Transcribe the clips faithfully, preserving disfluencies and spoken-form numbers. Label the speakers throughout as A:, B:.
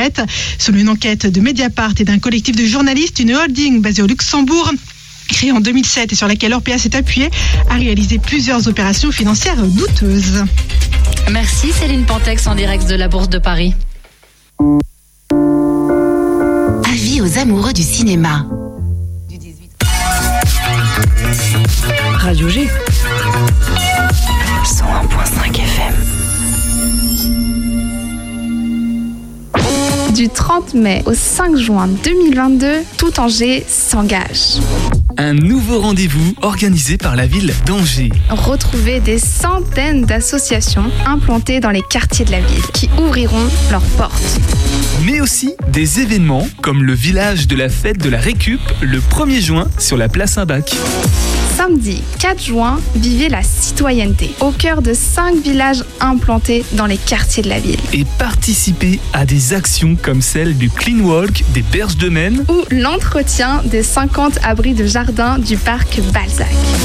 A: Internet. Selon une enquête de Mediapart et d'un collectif de journalistes, une holding basée au Luxembourg, créée en deux mille sept et sur laquelle Orpea s'est appuyée, a réalisé plusieurs opérations financières douteuses.
B: Merci Céline Pantex en direct de la Bourse de Paris.
C: Avis aux amoureux du cinéma.
D: Radio G.
C: cent un virgule cinq F M.
E: Du trente mai au cinq juin deux mille vingt-deux, tout Angers s'engage.
F: Un nouveau rendez-vous organisé par la ville d'Angers.
E: Retrouvez des centaines d'associations implantées dans les quartiers de la ville qui ouvriront leurs portes.
F: Mais aussi des événements comme le village de la fête de la Récup le premier juin sur la place Saint-Bac.
E: Samedi quatre juin, vivez la citoyenneté au cœur de cinq villages implantés dans les quartiers de la ville.
F: Et participez à des actions comme celle du Clean Walk des Berges de Maine
E: ou l'entretien des cinquante abris de jardin du parc Balzac.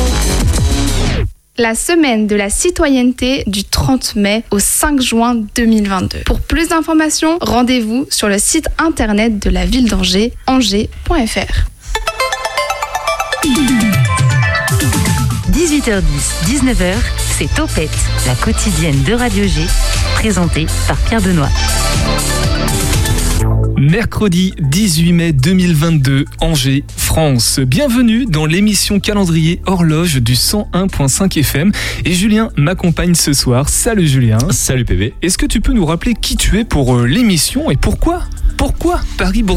E: La semaine de la citoyenneté du trente mai au cinq juin deux mille vingt-deux. Pour plus d'informations, rendez-vous sur le site internet de la ville d'Angers, angers point f r.
C: dix-huit heures dix, dix-neuf heures, c'est Topette, la quotidienne de Radio G, présentée par Pierre Benoît.
F: Mercredi dix-huit mai deux mille vingt-deux, Angers, France. Bienvenue dans l'émission calendrier horloge du cent un virgule cinq F M. Et Julien m'accompagne ce soir. Salut Julien.
G: Salut P B.
F: Est-ce que tu peux nous rappeler qui tu es pour euh, l'émission et pourquoi Pourquoi Paris-Bordeaux-Marseille ?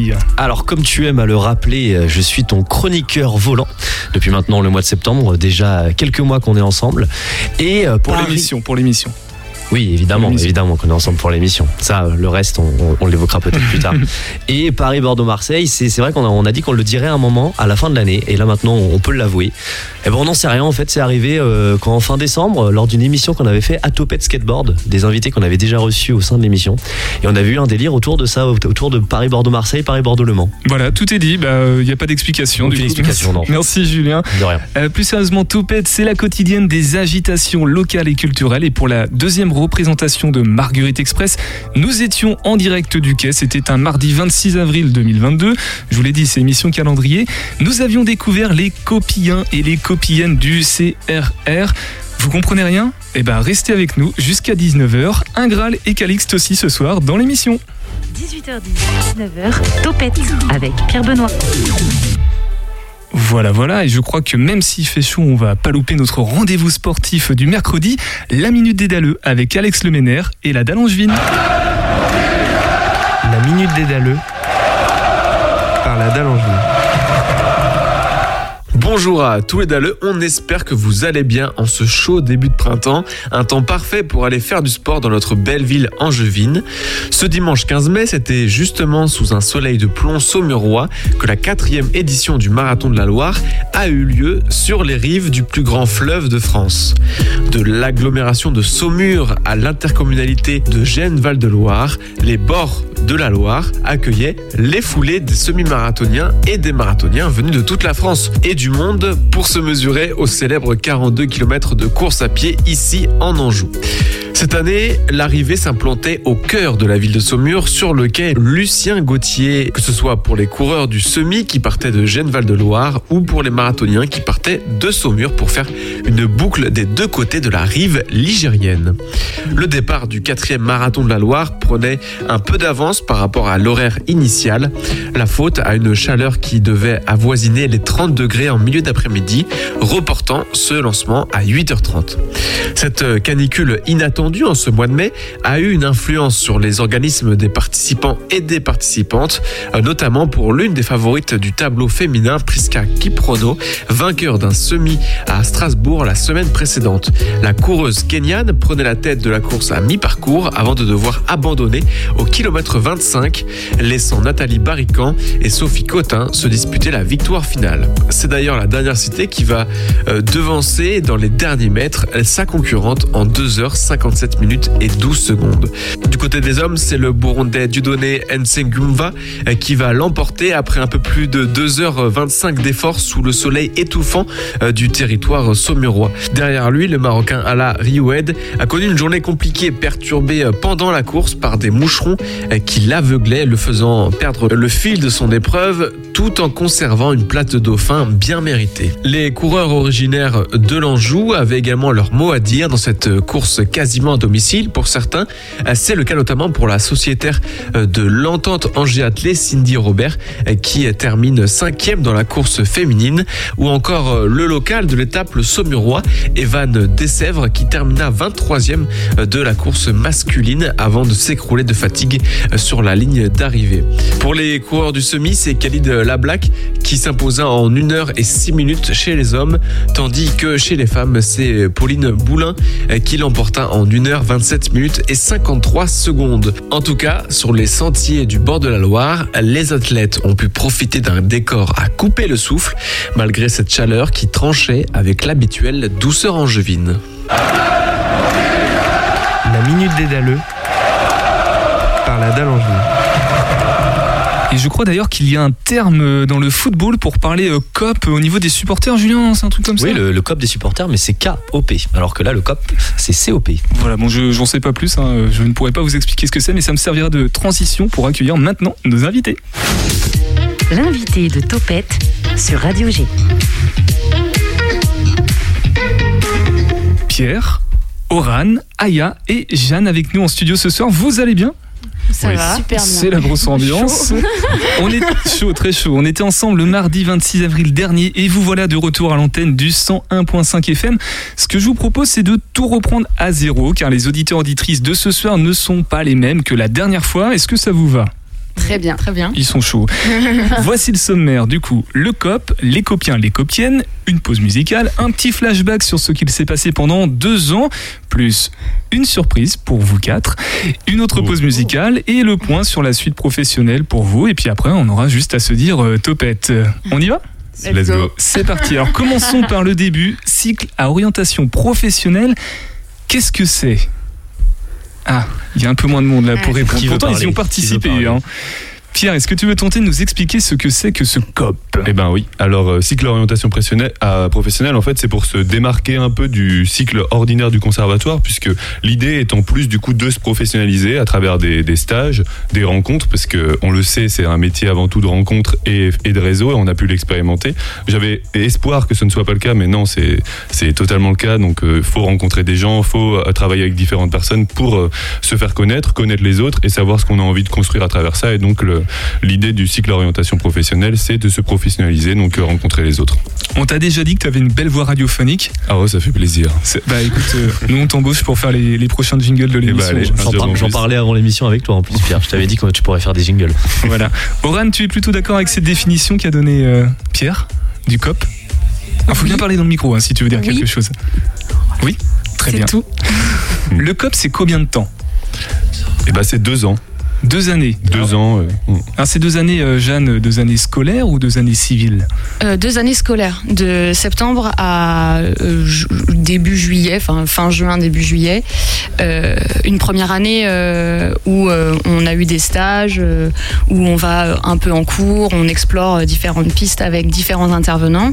G: Alors, comme tu aimes à le rappeler, je suis ton chroniqueur volant depuis maintenant le mois de septembre, déjà quelques mois qu'on est ensemble. Et
F: pour
G: Paris...
F: l'émission, pour l'émission.
G: Oui, évidemment, évidemment qu'on est ensemble pour l'émission. Ça, le reste, on, on, on l'évoquera peut-être plus tard. Et Paris-Bordeaux-Marseille, c'est, c'est vrai qu'on a, on a dit qu'on le dirait un moment à la fin de l'année. Et là, maintenant, on peut l'avouer. Et ben, on n'en sait rien. En fait, c'est arrivé euh, quand, en fin décembre, lors d'une émission qu'on avait fait à Topette Skateboard, des invités qu'on avait déjà reçus au sein de l'émission. Et on avait eu un délire autour de ça, autour de Paris-Bordeaux-Marseille, Paris-Bordeaux-Le Mans.
F: Voilà, tout est dit. Il bah, n'y a pas d'explication.
G: Aucune explication, non.
F: Merci Julien.
G: De rien.
F: Euh, plus sérieusement, Topette, c'est la quotidienne des agitations locales et culturelles. Et pour la deuxième représentation de Marguerite Express, nous étions en direct du quai. C'était un mardi vingt-six avril deux mille vingt-deux. Je vous l'ai dit, c'est émission calendrier. Nous avions découvert les copiens et les copiennes du C R R. Vous comprenez rien ? Eh ben, restez avec nous jusqu'à dix-neuf heures. Ingral et Calixte aussi ce soir dans l'émission.
C: dix-huit heures dix, dix-neuf heures, Topette avec Pierre Benoît.
F: Voilà, voilà, et je crois que même s'il fait chaud, on va pas louper notre rendez-vous sportif du mercredi, la Minute des Dalleux avec Alex Leménaire et la Dalle Angevine.
H: La Minute des Dalleux par la Dalle Angevine.
I: Bonjour à tous les dalleux, on espère que vous allez bien en ce chaud début de printemps, un temps parfait pour aller faire du sport dans notre belle ville angevine. Ce dimanche quinze mai, c'était justement sous un soleil de plomb saumurois que la quatrième édition du Marathon de la Loire a eu lieu sur les rives du plus grand fleuve de France. De l'agglomération de Saumur à l'intercommunalité de Gênes-Val-de-Loire, les bords de la Loire accueillaient les foulées des semi-marathoniens et des marathoniens venus de toute la France et du monde pour se mesurer au célèbre quarante-deux kilomètres de course à pied ici en Anjou. Cette année, l'arrivée s'implantait au cœur de la ville de Saumur, sur le quai Lucien Gauthier, que ce soit pour les coureurs du semi qui partaient de Gênes-Val-de-Loire ou pour les marathoniens qui partaient de Saumur pour faire une boucle des deux côtés de la rive ligérienne. Le départ du quatrième marathon de la Loire prenait un peu d'avance par rapport à l'horaire initial, la faute à une chaleur qui devait avoisiner les trente degrés en milieu d'après-midi, reportant ce lancement à huit heures trente. Cette canicule inattendue en ce mois de mai a eu une influence sur les organismes des participants et des participantes, notamment pour l'une des favorites du tableau féminin, Priska Kiprono, vainqueur d'un semi à Strasbourg la semaine précédente. La coureuse kenyane prenait la tête de la course à mi-parcours avant de devoir abandonner au kilomètre vingt-cinq, laissant Nathalie Barrican Camp et Sophie Cotin se disputaient la victoire finale. C'est d'ailleurs la dernière cité qui va euh, devancer dans les derniers mètres sa concurrente en deux heures cinquante-sept minutes et douze secondes. Du côté des hommes, c'est le Burundais Dieudonné Nsengumva euh, qui va l'emporter après un peu plus de deux heures vingt-cinq d'efforts sous le soleil étouffant euh, du territoire saumurois. Derrière lui, le Marocain Ala Rioued a connu une journée compliquée, perturbée euh, pendant la course par des moucherons euh, qui l'aveuglaient, le faisant perdre le fil de son épreuve tout en conservant une place de dauphin bien méritée. Les coureurs originaires de l'Anjou avaient également leur mot à dire dans cette course quasiment à domicile pour certains. C'est le cas notamment pour la sociétaire de l'Entente Angers Athlé, Cindy Robert, qui termine cinquième dans la course féminine, ou encore le local de l'étape, le Saumurois, Evan Dessèvres, qui termina vingt-troisième de la course masculine avant de s'écrouler de fatigue sur la ligne d'arrivée. Pour les coureurs du semi, c'est Khalid Lablack qui s'imposa en une heure et six minutes chez les hommes, tandis que chez les femmes, c'est Pauline Boulin qui l'emporta en une heure vingt-sept minutes et cinquante-trois secondes. En tout cas, sur les sentiers du bord de la Loire, les athlètes ont pu profiter d'un décor à couper le souffle, malgré cette chaleur qui tranchait avec l'habituelle douceur angevine.
H: La minute des Dalleux par la Dalle Angevine.
F: Et je crois d'ailleurs qu'il y a un terme dans le football pour parler euh, C O P au niveau des supporters, Julien, c'est un truc comme ça?
G: Oui, le, le C O P des supporters, mais c'est K O P, alors que là, le C O P, c'est C O P.
F: Voilà, bon, je j'en sais pas plus, hein. Je ne pourrais pas vous expliquer ce que c'est, mais ça me servira de transition pour accueillir maintenant nos invités.
C: L'invité de Topette sur Radio G.
F: Pierre, Oran, Aya et Jeanne avec nous en studio ce soir. Vous allez bien?
B: Ça
F: oui,
B: va, super bien.
F: C'est la grosse ambiance. On est chaud, très chaud. On était ensemble le mardi vingt-six avril dernier et vous voilà de retour à l'antenne du cent un virgule cinq F M. Ce que je vous propose, c'est de tout reprendre à zéro, car les auditeurs auditrices de ce soir ne sont pas les mêmes que la dernière fois. Est-ce que ça vous va?
B: Très bien, très bien.
F: Ils sont chauds. Voici le sommaire. Du coup, le C O P, les copiens, les copiennes, une pause musicale, un petit flashback sur ce qu'il s'est passé pendant deux ans, plus une surprise pour vous quatre, une autre pause musicale et le point sur la suite professionnelle pour vous. Et puis après, on aura juste à se dire euh, Topette. On y va ?
B: Let's go.
F: C'est parti. Alors commençons par le début. Cycle à orientation professionnelle. Qu'est-ce que c'est ? Ah, il y a un peu moins de monde là pour répondre. Pourtant, ils y ont participé. Hein. Pierre, est-ce que tu veux tenter de nous expliquer ce que c'est que ce C O P ?
D: Eh ben oui. Alors, euh, cycle orientation euh, professionnelle, en fait, c'est pour se démarquer un peu du cycle ordinaire du conservatoire, puisque l'idée est en plus du coup de se professionnaliser à travers des, des stages, des rencontres, parce que on le sait, c'est un métier avant tout de rencontres et, et de réseau, et on a pu l'expérimenter. J'avais espoir que ce ne soit pas le cas, mais non, c'est c'est totalement le cas. Donc, euh, faut rencontrer des gens, faut euh, travailler avec différentes personnes pour euh, se faire connaître, connaître les autres et savoir ce qu'on a envie de construire à travers ça. Et donc le L'idée du cycle orientation professionnelle, c'est de se professionnaliser, donc euh, rencontrer les autres.
F: On t'a déjà dit que tu avais une belle voix radiophonique.
D: Ah ouais, ça fait plaisir.
F: C'est... Bah écoute, euh, nous on t'embauche pour faire les, les prochains jingles de l'émission.
G: Bah, allez, j'en, par, j'en parlais avant l'émission avec toi en plus, Pierre. Je t'avais dit que tu pourrais faire des jingles.
F: Voilà. Oran, tu es plutôt d'accord avec cette définition qu'a donnée euh, Pierre du C O P ? Il faut bien parler dans le micro hein, si tu veux dire oui. quelque chose. Oui ? Très
B: c'est
F: bien.
B: Tout.
F: Le C O P, c'est combien de temps ?
D: Eh ben, c'est deux ans.
F: Deux années.
D: Deux ah. ans. Euh,
F: Alors c'est deux années, euh, Jeanne, deux années scolaires ou deux années civiles ?
B: euh, Deux années scolaires, de septembre à euh, ju- début juillet, enfin fin juin, début juillet. Euh, une première année euh, où euh, on a eu des stages, euh, où on va un peu en cours, on explore différentes pistes avec différents intervenants,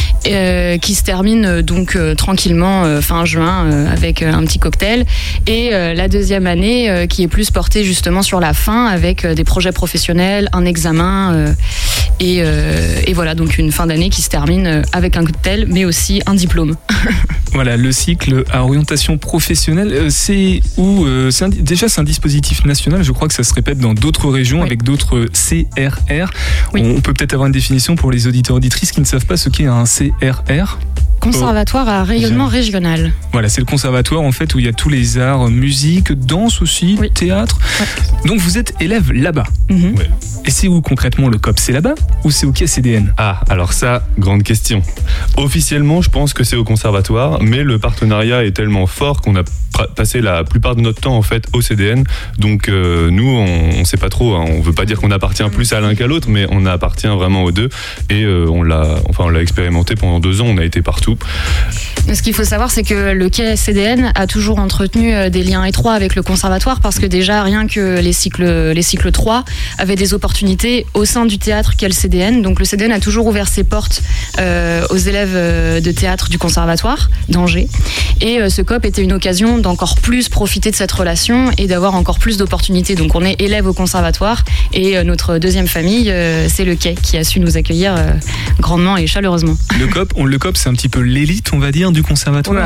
B: euh, qui se termine euh, donc euh, tranquillement euh, fin juin euh, avec euh, un petit cocktail. Et euh, la deuxième année euh, qui est plus portée justement sur la fin avec des projets professionnels, un examen euh, et, euh, et voilà donc une fin d'année qui se termine avec un cocktail mais aussi un diplôme.
F: Voilà, le cycle à orientation professionnelle, c'est où euh, c'est un, déjà c'est un dispositif national, je crois que ça se répète dans d'autres régions oui. avec d'autres C R R. Oui. On peut peut-être avoir une définition pour les auditeurs auditrices qui ne savent pas ce qu'est un C R R.
B: Conservatoire à rayonnement régional.
F: Voilà, c'est le conservatoire en fait où il y a tous les arts, musique, danse aussi, oui. théâtre. Ouais. Donc vous êtes élève là-bas. Mm-hmm. Ouais. Et c'est où concrètement le C O P ? C'est là-bas ou c'est au K C D N ?
D: Ah, alors ça, grande question. Officiellement, je pense que c'est au conservatoire, mais le partenariat est tellement fort qu'on a pra- passé la plupart de notre temps en fait au C D N. Donc euh, nous, on, on sait pas trop. Hein, on veut pas dire qu'on appartient plus à l'un qu'à l'autre, mais on appartient vraiment aux deux. Et euh, on l'a, enfin, on l'a expérimenté pendant deux ans. On a été partout.
B: Ce qu'il faut savoir, c'est que le quai C D N a toujours entretenu des liens étroits avec le conservatoire, parce que déjà, rien que les cycles, les cycles trois avaient des opportunités au sein du théâtre qu'est le C D N. Donc le C D N a toujours ouvert ses portes euh, aux élèves de théâtre du conservatoire d'Angers. Et euh, ce C O P était une occasion d'encore plus profiter de cette relation et d'avoir encore plus d'opportunités. Donc on est élève au conservatoire, et euh, notre deuxième famille, euh, c'est le quai, qui a su nous accueillir euh, grandement et chaleureusement.
F: Le C O P, on, le C O P, c'est un petit peu l'élite, on va dire, du conservatoire.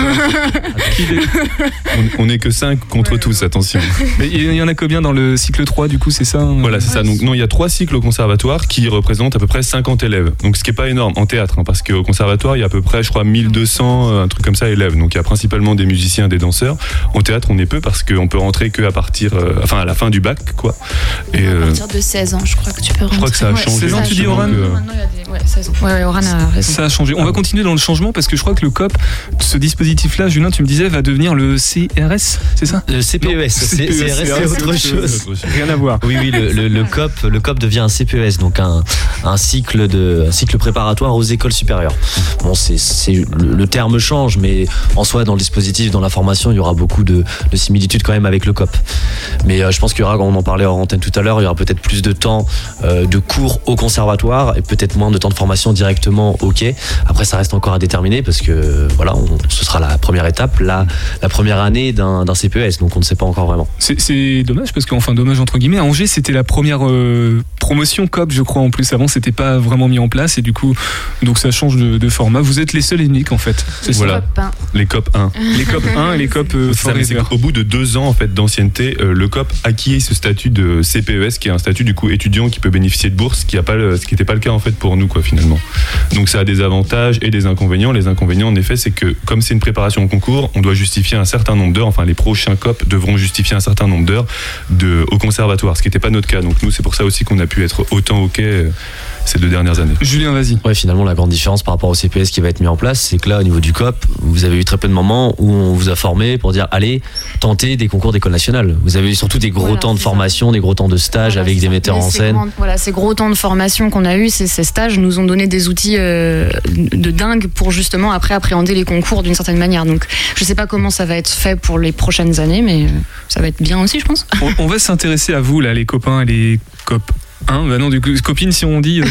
B: Ouais.
D: On, on est que cinq contre ouais, tous, ouais. Attention.
F: Mais il y en a combien dans le cycle trois, du coup, c'est ça hein?
D: Voilà, c'est ouais, ça. Donc non, il y a trois cycles au conservatoire qui représentent à peu près cinquante élèves. Donc ce qui est pas énorme en théâtre, hein, parce qu'au conservatoire, il y a à peu près, je crois, mille deux cents, un truc comme ça, élèves. Donc il y a principalement des musiciens, des danseurs. Au théâtre, on est peu parce qu'on peut rentrer que à partir, euh, enfin à la fin du bac, quoi.
J: Et, euh, à partir de seize ans, je crois que tu peux rentrer.
D: Je crois que ça a changé.
F: seize ans, tu dis, Oran
B: euh... Ouais, seize ans. Ouais, ouais, Oran a raison.
F: Ça a changé. On va continuer dans le changement, parce que je crois que le C O P, ce dispositif-là, Julien, tu me disais, va devenir le C R S, c'est ça?
G: Le C P E S. C R S, c'est autre chose.
F: Rien à voir.
G: Oui, oui, le, le, le C O P, le C O P devient un C P E S, donc un, un cycle de, un cycle préparatoire aux écoles supérieures. Bon, c'est, c'est le, le terme change, mais en soi, dans le dispositif, dans la formation, il y aura beaucoup de, de similitudes quand même avec le C O P. Mais euh, je pense qu'il y aura, on en parlait en antenne tout à l'heure, il y aura peut-être plus de temps euh, de cours au conservatoire et peut-être moins de temps de formation directement au quai. Après, ça reste encore à déterminer, parce que voilà, on, ce sera la première étape, la, la première année d'un, d'un C P E S, donc on ne sait pas encore vraiment.
F: C'est, c'est dommage, parce qu'enfin, dommage entre guillemets, à Angers, c'était la première euh, promotion C O P, je crois, en plus. Avant, c'était pas vraiment mis en place, et du coup, donc ça change de, de format. Vous êtes les seuls et uniques, en fait.
D: C'est voilà, les C O P un.
F: Les C O P un et les C O P euh,
D: ça, au bout de deux ans en fait, d'ancienneté, euh, le C O P acquiert ce statut de C P E S, qui est un statut du coup étudiant qui peut bénéficier de bourse, qui a pas le, ce qui n'était pas le cas en fait pour nous, quoi, finalement. Donc ça a des avantages et des inconvénients. Les inconvénients, en effet, c'est que comme c'est une préparation au concours, on doit justifier un certain nombre d'heures. Enfin, les prochains C O P devront justifier un certain nombre d'heures de, au conservatoire, ce qui n'était pas notre cas. Donc nous, c'est pour ça aussi qu'on a pu être autant au quai ces deux dernières années.
F: Julien, vas-y.
G: Ouais, finalement, la grande différence par rapport au C P S qui va être mis en place, c'est que là, au niveau du C O P, vous avez eu très peu de moments où on vous a formé pour dire, allez, tentez des concours d'école nationale. Vous avez eu surtout des gros voilà, temps de formation, ça. Des gros temps de stage voilà, avec des ça. metteurs Mais en scène.
B: Grand, voilà, ces gros temps de formation qu'on a eu, ces, ces stages nous ont donné des outils euh, de dingue pour justement après appréhender les concours d'une certaine manière. Donc, je sais pas comment ça va être fait pour les prochaines années, mais euh, ça va être bien aussi, je pense.
F: On, on va s'intéresser à vous, là, les copains et les C O P. Hein, bah non, du coup, copine, si on dit. Euh,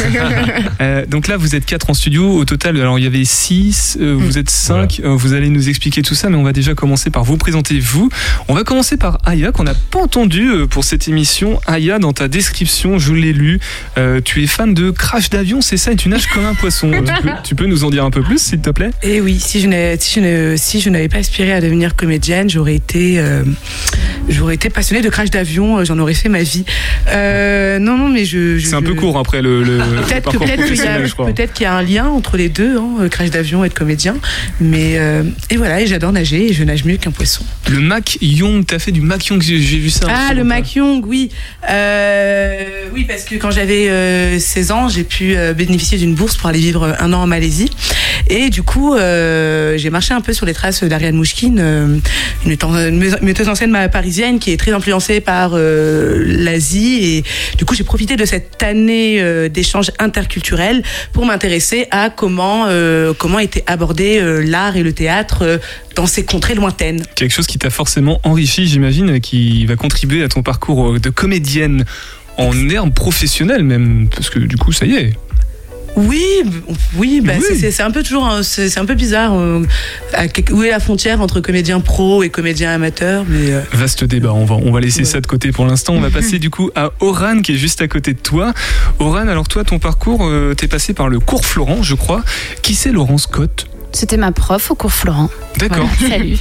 F: euh, donc là, vous êtes quatre en studio. Au total, alors il y avait six, euh, vous êtes cinq. Voilà. Euh, vous allez nous expliquer tout ça, mais on va déjà commencer par vous présenter, vous. On va commencer par Aya, qu'on n'a pas entendu euh, pour cette émission. Aya, dans ta description, je l'ai lu. Euh, tu es fan de crash d'avion, c'est ça, et tu nages comme un poisson. Euh, tu, peux, tu peux nous en dire un peu plus, s'il te plaît?
K: Eh oui, si je, n'avais, si, je n'avais, si je n'avais pas aspiré à devenir comédienne, j'aurais été, euh, j'aurais été passionnée de crash d'avion. J'en aurais fait ma vie. Euh, Non, non, mais je. je
F: c'est un peu court après le. le
K: peut-être, que, peut-être, qu'il y a, peut-être qu'il y a un lien entre les deux, hein, crash d'avion et être comédien. Mais euh, et voilà, et j'adore nager et je nage mieux qu'un poisson.
F: Le Mac Young, t'as fait du Mac Young, j'ai, j'ai vu ça.
K: Ah, le Mac Young, oui. Euh, oui, parce que quand j'avais euh, seize ans, j'ai pu euh, bénéficier d'une bourse pour aller vivre un an en Malaisie. Et du coup, euh, j'ai marché un peu sur les traces d'Ariane Mouchkine, euh, une, une metteuse en scène parisienne qui est très influencée par euh, l'Asie. Et du coup, j'ai profité de cette année euh, d'échange interculturel pour m'intéresser à comment, euh, comment était abordé euh, l'art et le théâtre euh, dans ces contrées lointaines.
F: Quelque chose qui t'a forcément enrichi, j'imagine, qui va contribuer à ton parcours de comédienne en herbe professionnelle même, parce que du coup, ça y est.
K: Oui, oui, bah oui. C'est, c'est, c'est un peu toujours, c'est, c'est un peu bizarre. Euh, à, où est la frontière entre comédien pro et comédien amateur, mais euh...
F: vaste débat. On va, on va laisser ouais. ça de côté pour l'instant. On va passer du coup à Oran qui est juste à côté de toi. Oran, alors toi, ton parcours, euh, t'es passé par le cours Florent, je crois. Qui c'est Laurence Scott?
J: C'était ma prof au cours Florent.
F: D'accord.
J: Voilà, salut.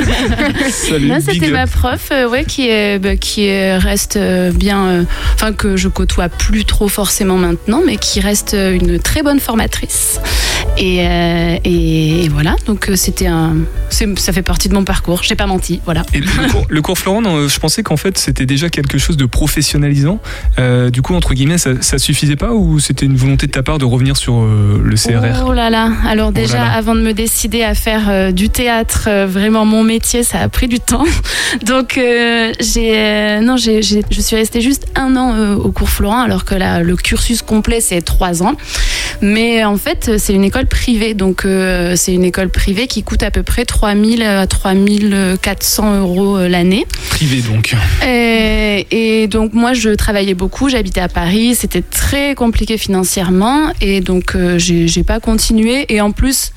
F: Salut.
J: Non, c'était ma prof, euh, ouais, qui est, bah, qui est, reste euh, bien, enfin euh, que je côtoie plus trop forcément maintenant, mais qui reste une très bonne formatrice. Et, euh, et, et voilà, donc c'était un, c'est, ça fait partie de mon parcours. J'ai pas menti, voilà.
F: Et le, cours, le cours Florent, non, je pensais qu'en fait c'était déjà quelque chose de professionnalisant. Euh, du coup, entre guillemets, ça, ça suffisait pas ou c'était une volonté de ta part de revenir sur euh, le C R R?
J: Oh là là. Alors déjà,
F: oh là là.
J: avant de me décider à faire euh, du théâtre, euh, vraiment mon métier, ça a pris du temps. Donc euh, j'ai, euh, non, j'ai, j'ai, je suis restée juste un an euh, au cours Florent, alors que là, le cursus complet c'est trois ans. Mais en fait, c'est une école privée, donc euh, c'est une école privée qui coûte à peu près trois mille à trois mille quatre cents euros l'année.
F: Privée donc.
J: Et, et donc moi, je travaillais beaucoup, j'habitais à Paris, c'était très compliqué financièrement, et donc euh, j'ai, j'ai pas continué. Et en plus,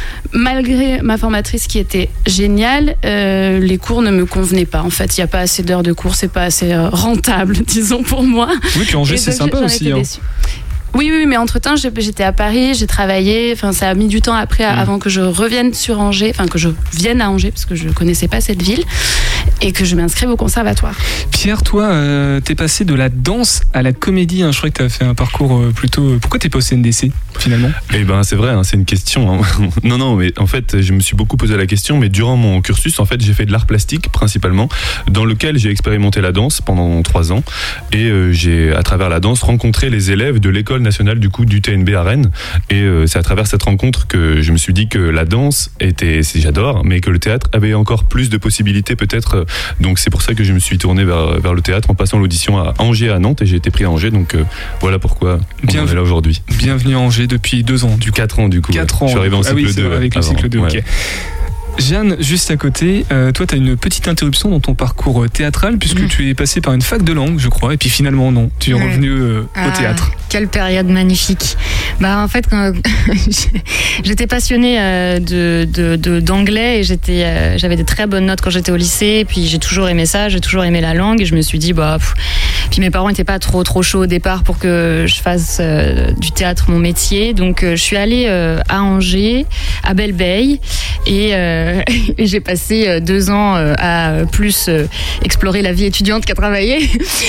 J: malgré ma formatrice qui était géniale, euh, les cours ne me convenaient pas. En fait, il n'y a pas assez d'heures de cours, c'est pas assez euh, rentable, disons, pour moi.
F: Oui, puis Angers, c'est sympa aussi. Hein.
J: Oui, oui, mais entre-temps, j'étais à Paris, j'ai travaillé. Enfin, ça a mis du temps après, mmh. avant que je revienne sur Angers, enfin que je vienne à Angers, parce que je ne connaissais pas cette ville, et que je m'inscrive au conservatoire.
F: Pierre, toi, euh, t'es passé de la danse à la comédie. Hein. Je crois que t'as fait un parcours euh, plutôt. Pourquoi t'es pas au C N D C finalement?
D: Eh ben, c'est vrai, hein, c'est une question. Hein. non, non, mais en fait, je me suis beaucoup posé la question. Mais durant mon cursus, en fait, j'ai fait de l'art plastique principalement, dans lequel j'ai expérimenté la danse pendant trois ans, et euh, j'ai, à travers la danse, rencontré les élèves de l'école nationale du coup du T N B à Rennes, et euh, c'est à travers cette rencontre que je me suis dit que la danse était, c'est, j'adore, mais que le théâtre avait encore plus de possibilités peut-être, donc c'est pour ça que je me suis tourné vers, vers le théâtre en passant l'audition à Angers, à Nantes, et j'ai été pris à Angers, donc euh, voilà pourquoi on Bien, est là aujourd'hui.
F: Bienvenue à Angers depuis deux ans du coup.
D: Quatre ans du coup.
F: Quatre
D: ouais.
F: ans.
D: Je suis arrivé en cycle
F: ah oui,
D: deux.
F: Vrai, avec
D: avant.
F: le cycle deux,
D: ouais.
F: ok. Jeanne, juste à côté, euh, toi tu as une petite interruption dans ton parcours théâtral puisque mmh. tu es passé par une fac de langue, je crois, et puis finalement non, tu es ouais. revenu euh, ah, au théâtre.
B: Quelle période magnifique. Bah en fait, quand j'étais passionnée euh, de, de, de d'anglais et j'étais, euh, j'avais des très bonnes notes quand j'étais au lycée, et puis j'ai toujours aimé ça, j'ai toujours aimé la langue, et je me suis dit bah. Pff. Puis mes parents n'étaient pas trop trop chauds au départ pour que je fasse euh, du théâtre mon métier, donc euh, je suis allée euh, à Angers, à Belle-Beille, et euh, et j'ai passé deux ans à plus explorer la vie étudiante qu'à travailler.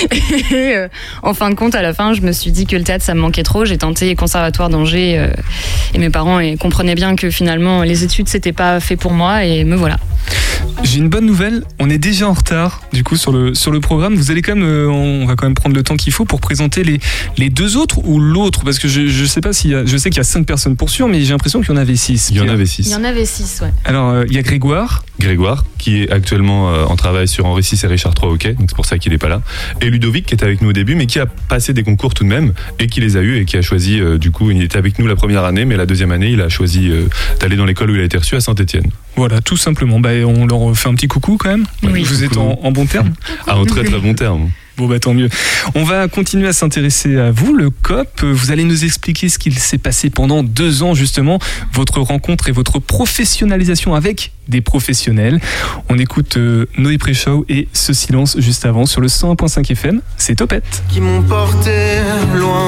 B: Et en fin de compte, à la fin, je me suis dit que le théâtre, ça me manquait trop. J'ai tenté le conservatoire d'Angers, et mes parents comprenaient bien que finalement, les études, c'était pas fait pour moi, et me voilà.
F: J'ai une bonne nouvelle, on est déjà en retard du coup sur le, sur le programme. Vous allez quand même, euh, on va quand même prendre le temps qu'il faut pour présenter les, les deux autres ou l'autre, parce que je, je sais pas s'il y a, je sais qu'il y a cinq personnes pour sûr, mais j'ai l'impression qu'il y en avait six.
D: Il y en avait six.
B: Il y en avait six, ouais.
F: Alors euh, il y a Grégoire.
D: Grégoire, qui est actuellement euh, en travail sur Henri six et Richard trois hockey, donc c'est pour ça qu'il n'est pas là. Et Ludovic, qui était avec nous au début, mais qui a passé des concours tout de même, et qui les a eus, et qui a choisi, euh, du coup, il était avec nous la première année, mais la deuxième année, il a choisi euh, d'aller dans l'école où il a été reçu à Saint-Étienne.
F: Voilà, tout simplement. Bah, on leur fait un petit coucou quand même.
B: Oui.
F: Vous
D: coucou.
F: êtes en, en bon terme?
D: Ah, en très très bon terme.
F: Bon bah tant mieux. On va continuer à s'intéresser à vous, le C O P. Vous allez nous expliquer ce qu'il s'est passé pendant deux ans justement, votre rencontre et votre professionnalisation avec des professionnels. On écoute euh, Noé Préchaud et Ce silence juste avant sur le cent un virgule cinq F M. C'est Topette.
L: Qui m'ont porté loin,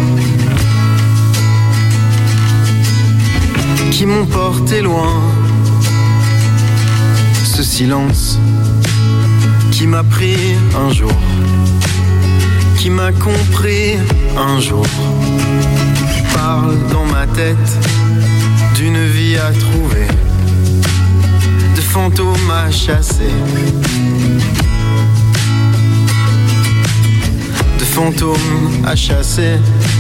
L: qui m'ont porté loin. Ce silence qui m'a pris un jour, qui m'a compris un jour, parle dans ma tête d'une vie à trouver, de fantômes à chasser, de fantômes à chasser.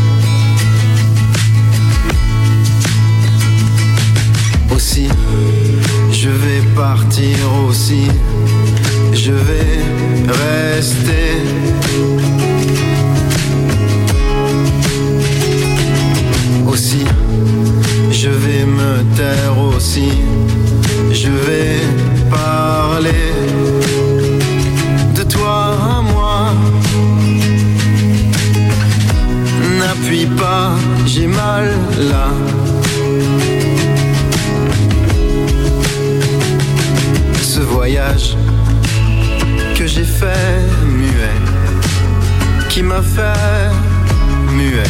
L: Aussi, je vais partir aussi, je vais rester. Aussi, je vais me taire aussi, je vais parler de toi à moi. N'appuie pas, j'ai mal là. Ce voyage que j'ai fait muet, qui m'a fait muet,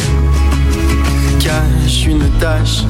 L: cache une tache,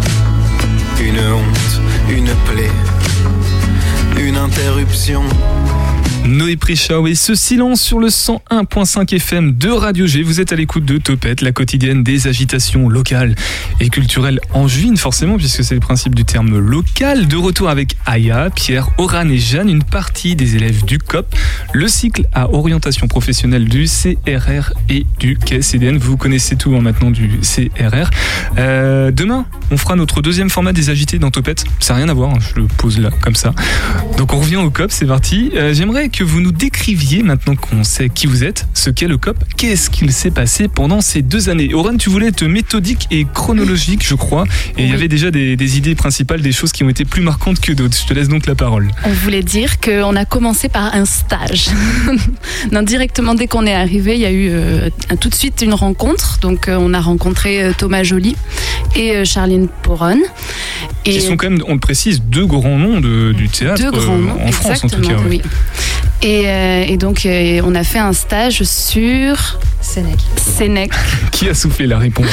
L: une honte, une plaie, une interruption,
F: Noé Préchao et ce silence sur le cent un virgule cinq F M de Radio G. Vous êtes à l'écoute de Topette, la quotidienne des agitations locales et culturelles angevines, forcément, puisque c'est le principe du terme local. De retour avec Aya, Pierre, Oran et Jeanne, une partie des élèves du C O P, le cycle à orientation professionnelle du C R R et du Quai C D N. Vous connaissez tout hein, maintenant du C R R. Euh, demain, on fera notre deuxième format des agités dans Topette. Ça n'a rien à voir, hein, je le pose là, comme ça. Donc on revient au C O P, c'est parti. Euh, j'aimerais que vous nous décriviez, maintenant qu'on sait qui vous êtes, ce qu'est le C O P, qu'est-ce qu'il s'est passé pendant ces deux années. Oran, tu voulais être méthodique et chronologique, je crois, et il oui. y avait déjà des, des idées principales, des choses qui ont été plus marquantes que d'autres. Je te laisse donc la parole.
J: On voulait dire qu'on a commencé par un stage. non, directement, dès qu'on est arrivé, il y a eu euh, tout de suite une rencontre. Donc euh, on a rencontré euh, Thomas Joly et euh, Charline Poron.
F: Et qui sont quand même, on le précise, deux grands noms de, du théâtre
J: deux grands noms,
F: euh, en France en tout cas. Ouais.
J: Oui. Et, euh, et donc euh, on a fait un stage sur
B: Sénèque.
J: Sénèque.
F: Qui a soufflé la réponse?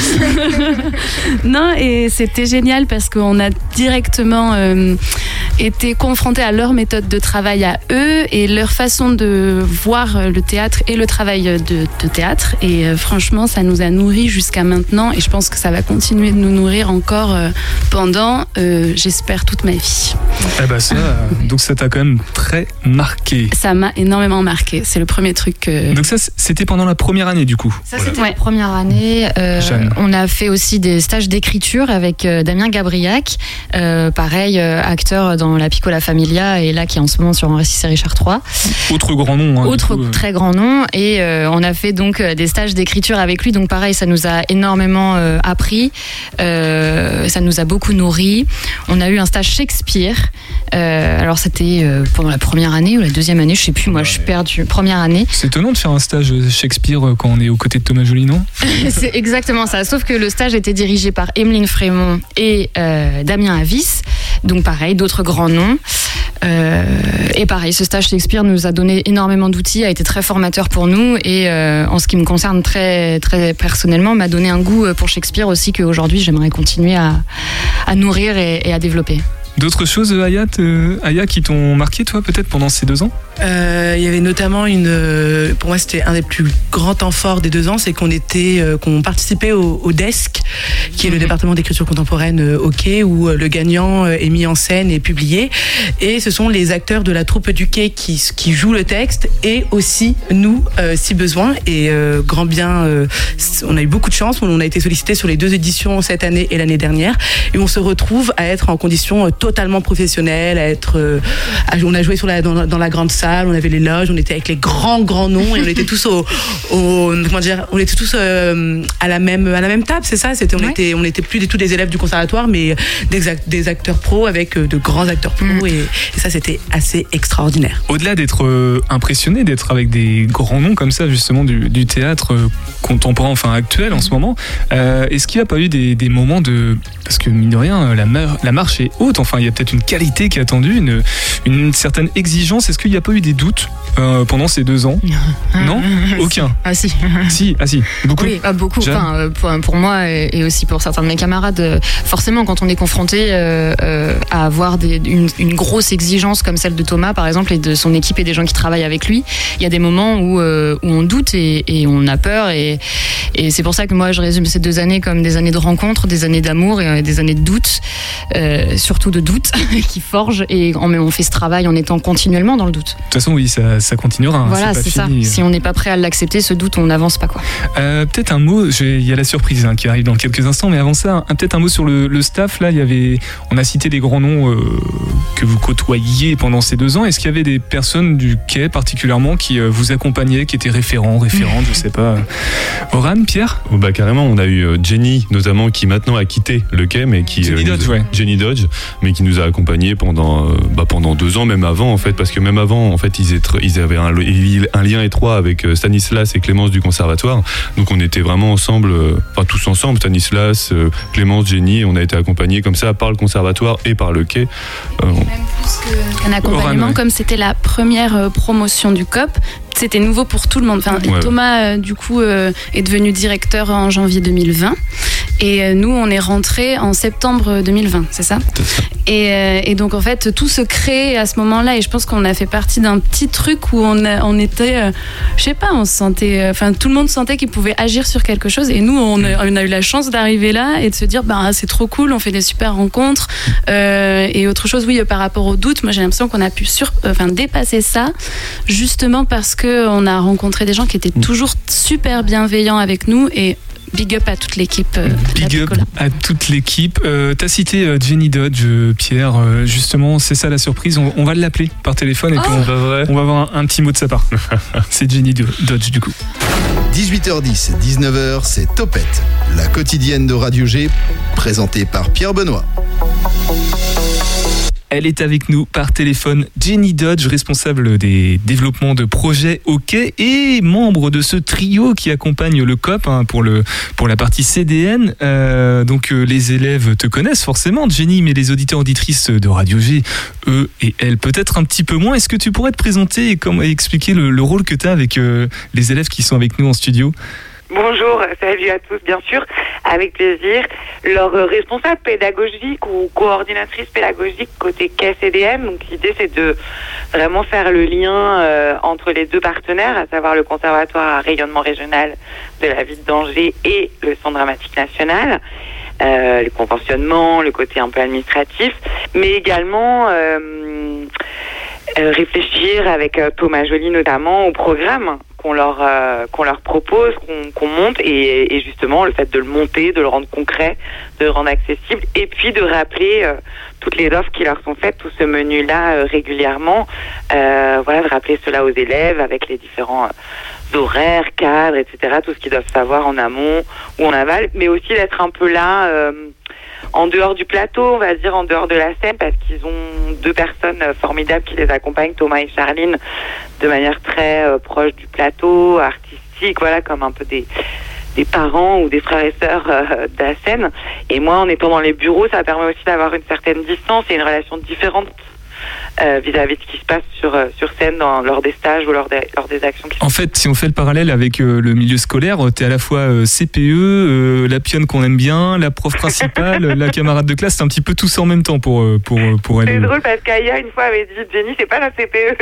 J: Non, et c'était génial parce qu'on a directement euh, été confrontés à leur méthode de travail à eux et leur façon de voir le théâtre et le travail de, de théâtre. Et euh, franchement, ça nous a nourris jusqu'à maintenant et je pense que ça va continuer de nous nourrir encore euh, pendant, euh, j'espère, toute ma vie.
F: Eh ben ça, donc ça t'a quand même très marqué.
J: Ça m'a énormément marqué. C'est le premier truc que...
F: Donc ça, c'était pendant la première année du coup.
B: Ça, c'était ouais. la première année. Euh, on a fait aussi des stages d'écriture avec euh, Damien Gabriac, euh, pareil, euh, acteur dans La Piccola Familia et là qui est en ce moment sur Henri six et Richard trois.
F: Autre grand nom. Hein,
B: Autre
F: coup,
B: très grand nom. Et euh, on a fait donc des stages d'écriture avec lui. Donc pareil, ça nous a énormément euh, appris. Euh, ça nous a beaucoup nourri. On a eu un stage Shakespeare. Euh, alors c'était euh, pendant la première année ou la deuxième année, je sais plus, moi ouais. je suis perdue. Première année.
F: C'est étonnant de faire un stage Shakespeare quand on est aux côtés de Thomas Joly, non?
B: C'est exactement ça, sauf que le stage était dirigé par Emeline Frémont et euh, Damien Avis, donc pareil, d'autres grands noms. Euh, et pareil, ce stage Shakespeare nous a donné énormément d'outils, a été très formateur pour nous et euh, en ce qui me concerne très, très personnellement, m'a donné un goût pour Shakespeare aussi qu'aujourd'hui j'aimerais continuer à, à nourrir et, et à développer.
F: D'autres choses, Aya, euh, Aya, qui t'ont marqué, toi, peut-être, pendant ces deux ans?
K: euh, Il y avait notamment une... Euh, pour moi, c'était un des plus grands temps forts des deux ans, c'est qu'on était, euh, qu'on participait au, au DESC, qui est le département d'écriture contemporaine euh, au Quai, où euh, le gagnant euh, est mis en scène et publié. Et ce sont les acteurs de la troupe du Quai qui, qui jouent le texte, et aussi nous, euh, si besoin. Et euh, grand bien, euh, on a eu beaucoup de chance, on a été sollicité sur les deux éditions cette année et l'année dernière, et on se retrouve à être en conditions... Euh, totalement professionnel, à être, euh, à, on a joué sur la, dans, dans la grande salle, on avait les loges, on était avec les grands grands noms et on était tous au, au comment dire, on était tous euh, à la même à la même table, c'est ça. C'était, on ouais. était, on était plus du tout des élèves du conservatoire, mais des, act, des acteurs pros avec de grands acteurs pros mmh. et, et ça c'était assez extraordinaire.
F: Au-delà d'être euh, impressionné, d'être avec des grands noms comme ça justement du, du théâtre euh, contemporain, enfin actuel mmh. en ce moment, euh, est-ce qu'il n'y a pas eu des, des moments de, parce que mine de rien, la, mar- la marche est haute. Enfin, il y a peut-être une qualité qui est attendue, une, une certaine exigence. Est-ce qu'il n'y a pas eu des doutes euh, pendant ces deux ans? Non, aucun.
B: Ah si.
F: Si, ah si, beaucoup.
B: Oui, ah, beaucoup. Enfin, pour, pour moi et aussi pour certains de mes camarades, forcément, quand on est confronté euh, euh, à avoir des, une, une grosse exigence comme celle de Thomas, par exemple, et de son équipe et des gens qui travaillent avec lui, il y a des moments où, euh, où on doute et, et on a peur. Et, et c'est pour ça que moi, je résume ces deux années comme des années de rencontres, des années d'amour et des années de doute, euh, surtout de doute qui forge, et on fait ce travail en étant continuellement dans le doute.
F: De toute façon, oui, ça, ça continuera.
B: Voilà,
F: c'est,
B: c'est
F: pas
B: ça.
F: fini.
B: Si on n'est pas prêt à l'accepter, ce doute, on n'avance pas, quoi.
F: Euh, peut-être un mot, il y a la surprise hein, qui arrive dans quelques instants, mais avant ça, un, peut-être un mot sur le, le staff. Là, il y avait, on a cité des grands noms euh, que vous côtoyiez pendant ces deux ans. Est-ce qu'il y avait des personnes du Quai particulièrement qui euh, vous accompagnaient, qui étaient référents, référentes, je sais pas. Oran, Pierre?
D: Oh bah carrément, on a eu Jenny notamment qui maintenant a quitté le Quai, mais qui
F: Jenny
D: euh,
F: Dodge,
D: a,
F: ouais.
D: Jenny Dodge, mais qui nous a accompagnés pendant euh, bah, pendant deux ans, même avant en fait, parce que même avant en fait ils, étaient, ils avaient un, un lien étroit avec Stanislas et Clémence du conservatoire, donc on était vraiment ensemble, euh, enfin tous ensemble, Stanislas, euh, Clémence, Jenny, on a été accompagnés comme ça par le conservatoire et par le Quai. Euh,
J: Même plus qu'un accompagnement, ouais. Comme c'était la première euh, promotion du C O P, c'était nouveau pour tout le monde. Enfin, ouais. Thomas, euh, du coup, euh, est devenu directeur en janvier deux mille vingt. Et euh, nous, on est rentrés en septembre deux mille vingt, c'est ça ? Et, euh, et donc, en fait, tout se crée à ce moment-là. Et je pense qu'on a fait partie d'un petit truc où on, a, on était, euh, je sais pas, on se sentait, enfin, euh, tout le monde sentait qu'il pouvait agir sur quelque chose. Et nous, on a, on a eu la chance d'arriver là et de se dire, bah, c'est trop cool, on fait des super rencontres. Euh, et autre chose, oui, par rapport aux doutes, moi, j'ai l'impression qu'on a pu sur, enfin, dépasser ça, justement parce qu'on a rencontré des gens qui étaient toujours super bienveillants avec nous. Et big up à toute l'équipe. Euh,
F: big up à toute l'équipe. Euh, T'as cité euh, Jenny Dodge, euh, Pierre. Euh, justement, c'est ça la surprise. On, on va l'appeler par téléphone et
J: oh
F: puis on va, on va avoir un, un petit mot de sa part. C'est Jenny Dodge du coup.
M: dix-huit heures dix, dix-neuf heures, c'est Topette, la quotidienne de Radio G, présentée par Pierre Benoît.
F: Elle est avec nous par téléphone, Jenny Dodge, responsable des développements de projets au quai et membre de ce trio qui accompagne le C O P hein, pour, le, pour la partie C D N. Euh, donc euh, les élèves te connaissent forcément, Jenny, mais les auditeurs auditrices de Radio G, eux et elles, peut-être un petit peu moins. Est-ce que tu pourrais te présenter et, comme, et expliquer le, le rôle que tu as avec euh, les élèves qui sont avec nous en studio ?
N: Bonjour, salut à tous, bien sûr, avec plaisir. Leur responsable pédagogique ou coordinatrice pédagogique côté quai C D M, donc l'idée c'est de vraiment faire le lien euh, entre les deux partenaires, à savoir le conservatoire à rayonnement régional de la ville d'Angers et le Centre dramatique national. Euh, le conventionnement, le côté un peu administratif, mais également euh, euh, réfléchir avec euh, Thomas Joly notamment au programme qu'on leur euh, qu'on leur propose, qu'on, qu'on monte, et, et justement le fait de le monter, de le rendre concret, de le rendre accessible, et puis de rappeler euh, toutes les offres qui leur sont faites, tout ce menu-là euh, régulièrement, euh, voilà, de rappeler cela aux élèves avec les différents euh, horaires, cadres, et cetera, tout ce qu'ils doivent savoir en amont ou en aval, mais aussi d'être un peu là euh, en dehors du plateau, on va dire en dehors de la scène, parce qu'ils ont deux personnes formidables qui les accompagnent, Thomas et Charline, de manière très euh, proche du plateau, artistique, voilà, comme un peu des, des parents ou des frères et sœurs euh, de la scène. Et moi, en étant dans les bureaux, ça permet aussi d'avoir une certaine distance et une relation différente Euh, vis-à-vis de ce qui se passe sur, euh, sur scène dans, lors des stages ou lors des, lors des actions. Qui
F: en fait, si on fait le parallèle avec euh, le milieu scolaire, tu es à la fois euh, C P E, euh, la pionne qu'on aime bien, la prof principale, la camarade de classe, c'est un petit peu tout ça en même temps pour, pour, pour elle.
N: C'est drôle parce qu'Aya, une fois, avait dit Jenny, c'est pas la C P E.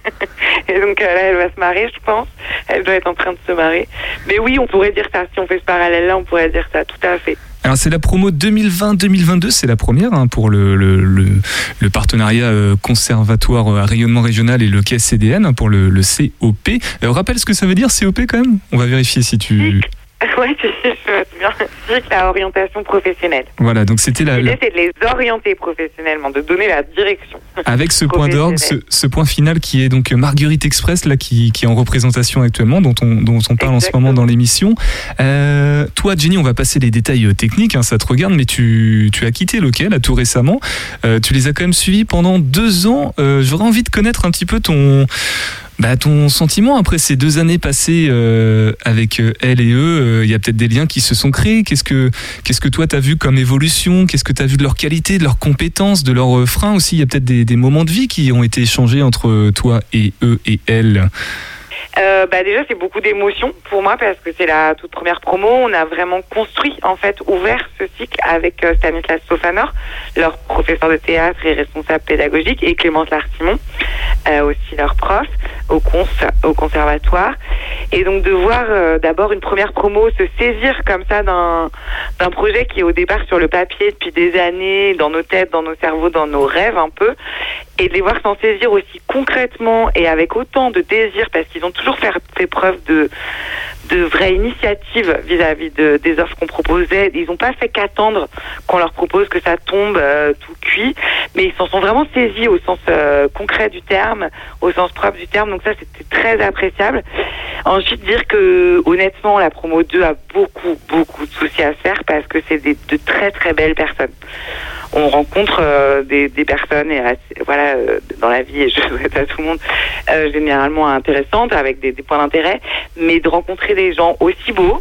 N: Et donc euh, là, elle va se marrer, je pense. Elle doit être en train de se marrer. Mais oui, on pourrait dire ça. Si on fait ce parallèle-là, on pourrait dire ça, tout à fait.
F: Alors c'est la promo deux mille vingt deux mille vingt-deux, c'est la première hein, pour le, le, le, le partenariat euh, conservatoire à rayonnement régional et le quai C D N hein, pour le, le C O P. Euh, rappelle ce que ça veut dire C O P quand même ? On va vérifier si tu...
N: Oui, je me souviens. C'est la orientation professionnelle.
F: Voilà, donc c'était la...
N: L'idée, c'est de les orienter professionnellement, de donner la direction.
F: Avec ce point d'orgue, ce, ce point final qui est donc Marguerite Express, là, qui, qui est en représentation actuellement, dont on, dont on parle Exactement. En ce moment dans l'émission. Euh, toi, Jenny, on va passer les détails techniques, hein, ça te regarde, mais tu, tu as quitté le quai, là, tout récemment. Euh, tu les as quand même suivis pendant deux ans. Euh, j'aurais envie de connaître un petit peu ton... Bah, ton sentiment après ces deux années passées euh, avec euh, elle et eux, il euh, y a peut-être des liens qui se sont créés. Qu'est-ce que, qu'est-ce que toi, tu as vu comme évolution ? Qu'est-ce que tu as vu de leur qualité, de leurs compétences, de leurs euh, freins aussi ? Il y a peut-être des, des moments de vie qui ont été échangés entre toi et eux et elle.
N: Euh, bah déjà c'est beaucoup d'émotions pour moi parce que c'est la toute première promo. On a vraiment construit, en fait, ouvert ce cycle avec euh, Stanislas Sofanor, leur professeur de théâtre et responsable pédagogique, et Clémence Lartimon, euh, aussi leur prof au cons au conservatoire. Et donc de voir euh, d'abord une première promo se saisir comme ça d'un d'un projet qui est au départ sur le papier depuis des années, dans nos têtes, dans nos cerveaux, dans nos rêves un peu, et de les voir s'en saisir aussi concrètement et avec autant de désir, parce qu'ils ont toujours fait, fait preuve de de vraie initiative vis-à-vis de, des offres qu'on proposait. Ils n'ont pas fait qu'attendre qu'on leur propose que ça tombe euh, tout cuit, mais ils s'en sont vraiment saisis au sens euh, concret du terme, au sens propre du terme, donc ça c'était très appréciable. Ensuite, dire que honnêtement la promo deux a beaucoup beaucoup de soucis à se faire parce que c'est des, de très très belles personnes. On rencontre euh, des, des personnes et assez, voilà euh, dans la vie, et je souhaite à tout le monde euh, généralement intéressantes avec des, des points d'intérêt, mais de rencontrer des gens aussi beaux.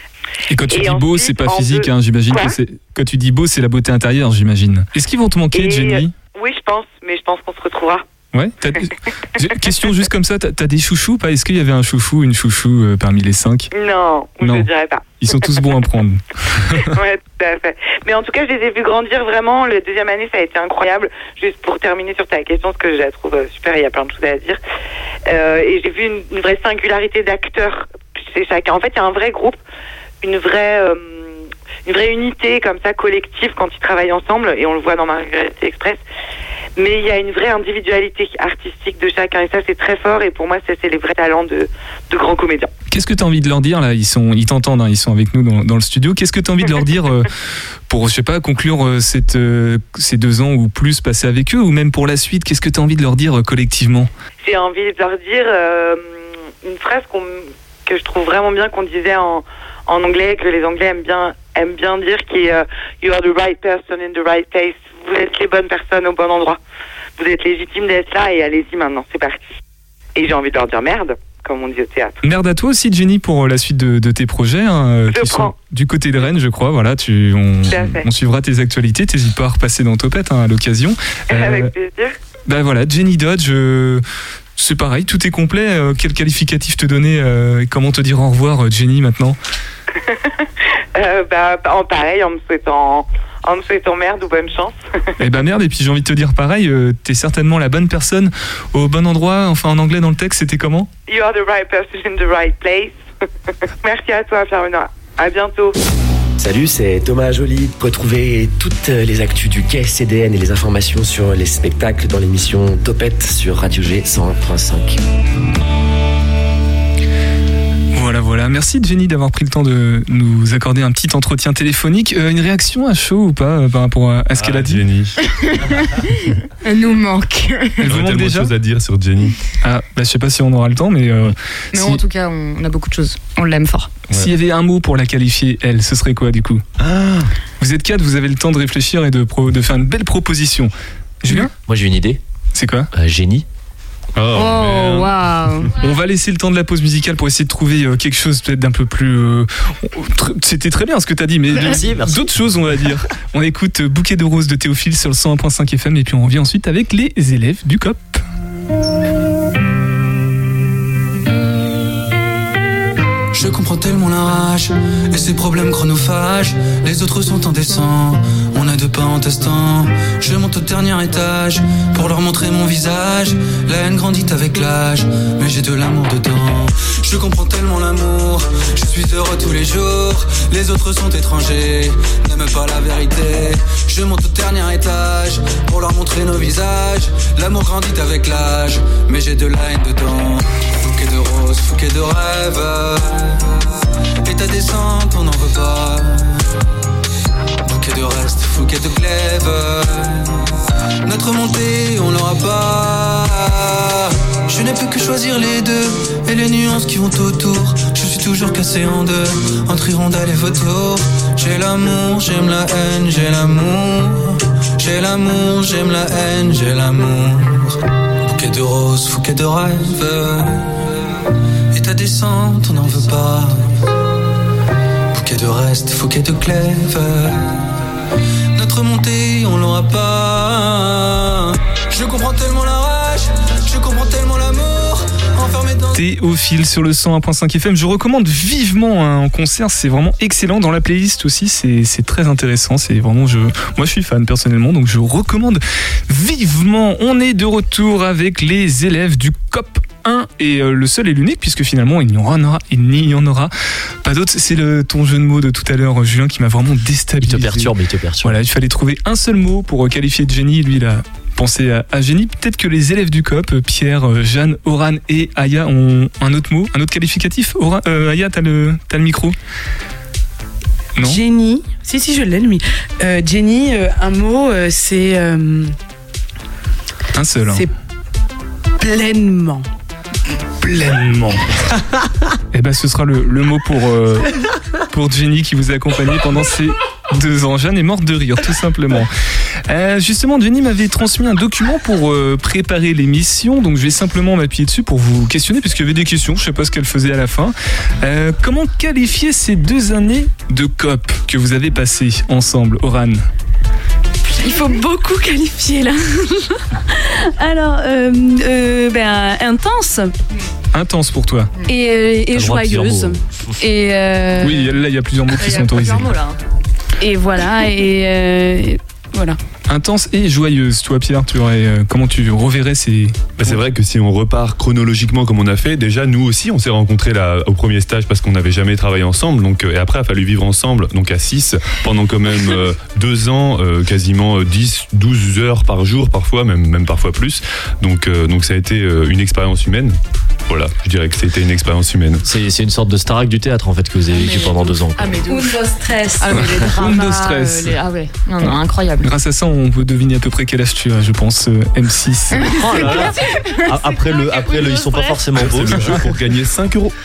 F: Et quand tu
N: et
F: dis
N: ensuite,
F: beau, c'est pas physique,
N: deux...
F: hein, j'imagine
N: Quoi
F: que c'est. Quand tu dis beau, c'est la beauté intérieure, j'imagine. Est-ce qu'ils vont te manquer,
N: et,
F: Jenny ?
N: Oui, je pense, mais je pense qu'on se retrouvera.
F: Ouais. T'as des- Question juste comme ça, t'as, t'as des chouchous pas? Est-ce qu'il y avait un chouchou, une chouchou euh, parmi les cinq?
N: Non,
F: Non.
N: je dirais pas.
F: Ils sont tous bons à prendre.
N: Ouais, tout à fait. Mais en tout cas, je les ai vus grandir vraiment. La deuxième année, ça a été incroyable. Juste pour terminer sur ta question, parce que je la trouve euh, super, il y a plein de choses à dire. Euh, et j'ai vu une, une vraie singularité d'acteurs chez chacun. En fait, il y a un vrai groupe, une vraie, euh, une vraie unité comme ça, collective, quand ils travaillent ensemble. Et on le voit dans Marguerite Express. Mais il y a une vraie individualité artistique de chacun. Et ça, c'est très fort. Et pour moi, ça, c'est les vrais talents de, de grands comédiens.
F: Qu'est-ce que tu as envie de leur dire là? Ils sont, ils t'entendent, hein, ils sont avec nous dans, dans le studio. Qu'est-ce que tu as envie de leur dire euh, pour, je sais pas, conclure euh, cette, euh, ces deux ans ou plus passés avec eux, ou même pour la suite? Qu'est-ce que tu as envie de leur dire euh, collectivement?
N: J'ai envie de leur dire euh, une phrase qu'on, que je trouve vraiment bien, qu'on disait en, en anglais, que les Anglais aiment bien, aiment bien dire, qui est euh, You are the right person in the right place. Vous êtes les bonnes personnes au bon endroit. Vous êtes légitime d'être là et allez-y maintenant, c'est parti. Et j'ai envie de leur dire merde, comme on dit au théâtre.
F: Merde à toi aussi, Jenny, pour la suite de, de tes projets, hein,
N: Je
F: qui
N: prends.
F: sont du côté de Rennes, je crois. Voilà, tu, on,
N: Tout à fait.
F: on suivra tes actualités. T'hésites pas à repasser dans Topette, hein, à l'occasion. Euh,
N: Avec plaisir.
F: Ben voilà, Jenny Dodge, euh, c'est pareil, tout est complet. Euh, quel qualificatif te donner euh, et comment te dire au revoir, euh, Jenny, maintenant?
N: Euh, bah, en pareil, en me souhaitant, en me souhaitant merde ou bonne chance.
F: Eh ben merde, et puis j'ai envie de te dire pareil, euh, t'es certainement la bonne personne au bon endroit. Enfin, en anglais, dans le texte, c'était comment?
N: You are the right person in the right place. Merci à toi, Pierre-Benoît. À bientôt.
O: Salut, c'est Thomas Joly. Retrouvez toutes les actus du quai C D N et les informations sur les spectacles dans l'émission Topette sur Radio G cent un point cinq.
F: Voilà, voilà. Merci Jenny d'avoir pris le temps de nous accorder un petit entretien téléphonique. Euh, une réaction à chaud ou pas euh, par rapport à, à ce
D: Ah,
F: qu'elle a dit?
D: Jenny.
B: Elle nous manque.
F: Elle vous
D: On a
F: manque
D: tellement de
F: déjà
D: choses à dire sur Jenny.
F: Ah, bah, je sais pas si on aura le temps, mais, euh,
B: Mais
F: si-
B: en tout cas, on a beaucoup de choses. On l'aime fort.
F: s'il y avait un mot pour la qualifier, elle, ce serait quoi du coup? Vous êtes quatre, vous avez le temps de réfléchir et de, pro- de faire une belle proposition. Julien?
G: Moi j'ai une idée.
F: C'est quoi?
G: Euh, génie.
D: Oh,
B: Oh, waouh.
F: On va laisser le temps de la pause musicale pour essayer de trouver euh, quelque chose peut-être d'un peu plus... euh, tr- C'était très bien ce que tu as dit, mais
G: Merci, merci.
F: d'autres choses on va dire. On écoute euh, Bouquet de roses de Théophile sur le cent un point cinq F M et puis on revient ensuite avec les élèves du C O P.
P: Je comprends tellement la rage et ses problèmes chronophages. Les autres sont indécents, on a deux pas en testant. Je monte au dernier étage pour leur montrer mon visage. La haine grandit avec l'âge, mais j'ai de l'amour dedans. Je comprends tellement l'amour, je suis heureux tous les jours. Les autres sont étrangers, n'aiment pas la vérité. Je monte au dernier étage pour leur montrer nos visages. L'amour grandit avec l'âge, mais j'ai de la haine dedans. Bouquet de roses, bouquet de rêves. Et ta descente, on n'en veut pas. Bouquet de reste, bouquet de glaive. Notre montée, on l'aura pas. Je n'ai plus que choisir les deux et les nuances qui vont autour. Je suis toujours cassé en deux entre hirondelle et vautour. J'ai l'amour, j'aime la haine, j'ai l'amour. J'ai l'amour, j'aime la haine, j'ai l'amour. Bouquet de roses, bouquet de rêves. Et ta descente, on n'en veut pas. Bouquet de reste, bouquet de glaive. Notre montée, on l'aura pas. Je comprends tellement la rage, je comprends tellement l'amour. Enfermé dans...
F: Théophile sur le cent un point cinq F M. Je recommande vivement hein, en concert, c'est vraiment excellent. Dans la playlist aussi, c'est, c'est très intéressant. C'est vraiment, je, moi je suis fan personnellement, donc je recommande vivement. On est de retour avec les élèves du C O P un et euh, le seul et l'unique, puisque finalement il n'y en aura, il n'y en aura pas d'autre. C'est le, ton jeu de mots de tout à l'heure, Julien, qui m'a vraiment déstabilisé.
G: Il te perturbe, il te perturbe.
F: Voilà, il fallait trouver un seul mot pour qualifier Jenny. Lui, il a pensé à, à Jenny. Peut-être que les élèves du C O P, Pierre, Jeanne, Oran et Aya, ont un autre mot, un autre qualificatif. Oran, euh, Aya, t'as le, t'as le micro? Non.
K: Jenny. Si, si, je l'ai, lui. Euh, Jenny, euh, un mot, euh, c'est. euh,
F: Un seul. Hein.
K: C'est pleinement.
F: Pleinement. Eh ben, ce sera le, le mot pour, euh, pour Jenny qui vous a accompagné pendant ces deux ans. Jeanne est morte de rire, tout simplement. Euh, justement, Jenny m'avait transmis un document pour euh, préparer l'émission, donc je vais simplement m'appuyer dessus pour vous questionner, puisqu'il y avait des questions, je ne sais pas ce qu'elle faisait à la fin. Euh, comment qualifier ces deux années de C O P que vous avez passées ensemble, Oran?
J: Il faut beaucoup qualifier là. Alors, euh, euh, ben, intense.
F: Intense pour toi.
J: Et, euh, et joyeuse. Et euh...
F: Oui, là, il y a plusieurs mots qui sont autorisés.
J: Mots, là. Et voilà, et euh, voilà.
F: Intense et joyeuse. Toi, Pierre, tu aurais, euh, comment tu reverrais ces...
D: Bah, c'est vrai que si on repart chronologiquement comme on a fait, déjà nous aussi on s'est rencontrés là au premier stage parce qu'on n'avait jamais travaillé ensemble. Donc, et après il a fallu vivre ensemble, donc à six, pendant quand même euh, deux ans, euh, quasiment dix, douze heures par jour parfois, même, même parfois plus. Donc, euh, donc ça a été euh, une expérience humaine. Voilà, je dirais que c'était une expérience humaine.
G: C'est, c'est une sorte de Starac du théâtre en fait que vous avez vécu pendant deux ans.
J: Ah mais de stress. Ah mais les
F: Round
J: dramas.
F: de stress.
J: Euh, les... Ah ouais, non, non, incroyable.
F: Grâce à ça, on peut deviner à peu près quel âge tu as, je pense, euh, M six.
G: Oh là là. Après le, après le, ils sont pas forcément beaux.
D: C'est le jeu pour gagner cinq euros.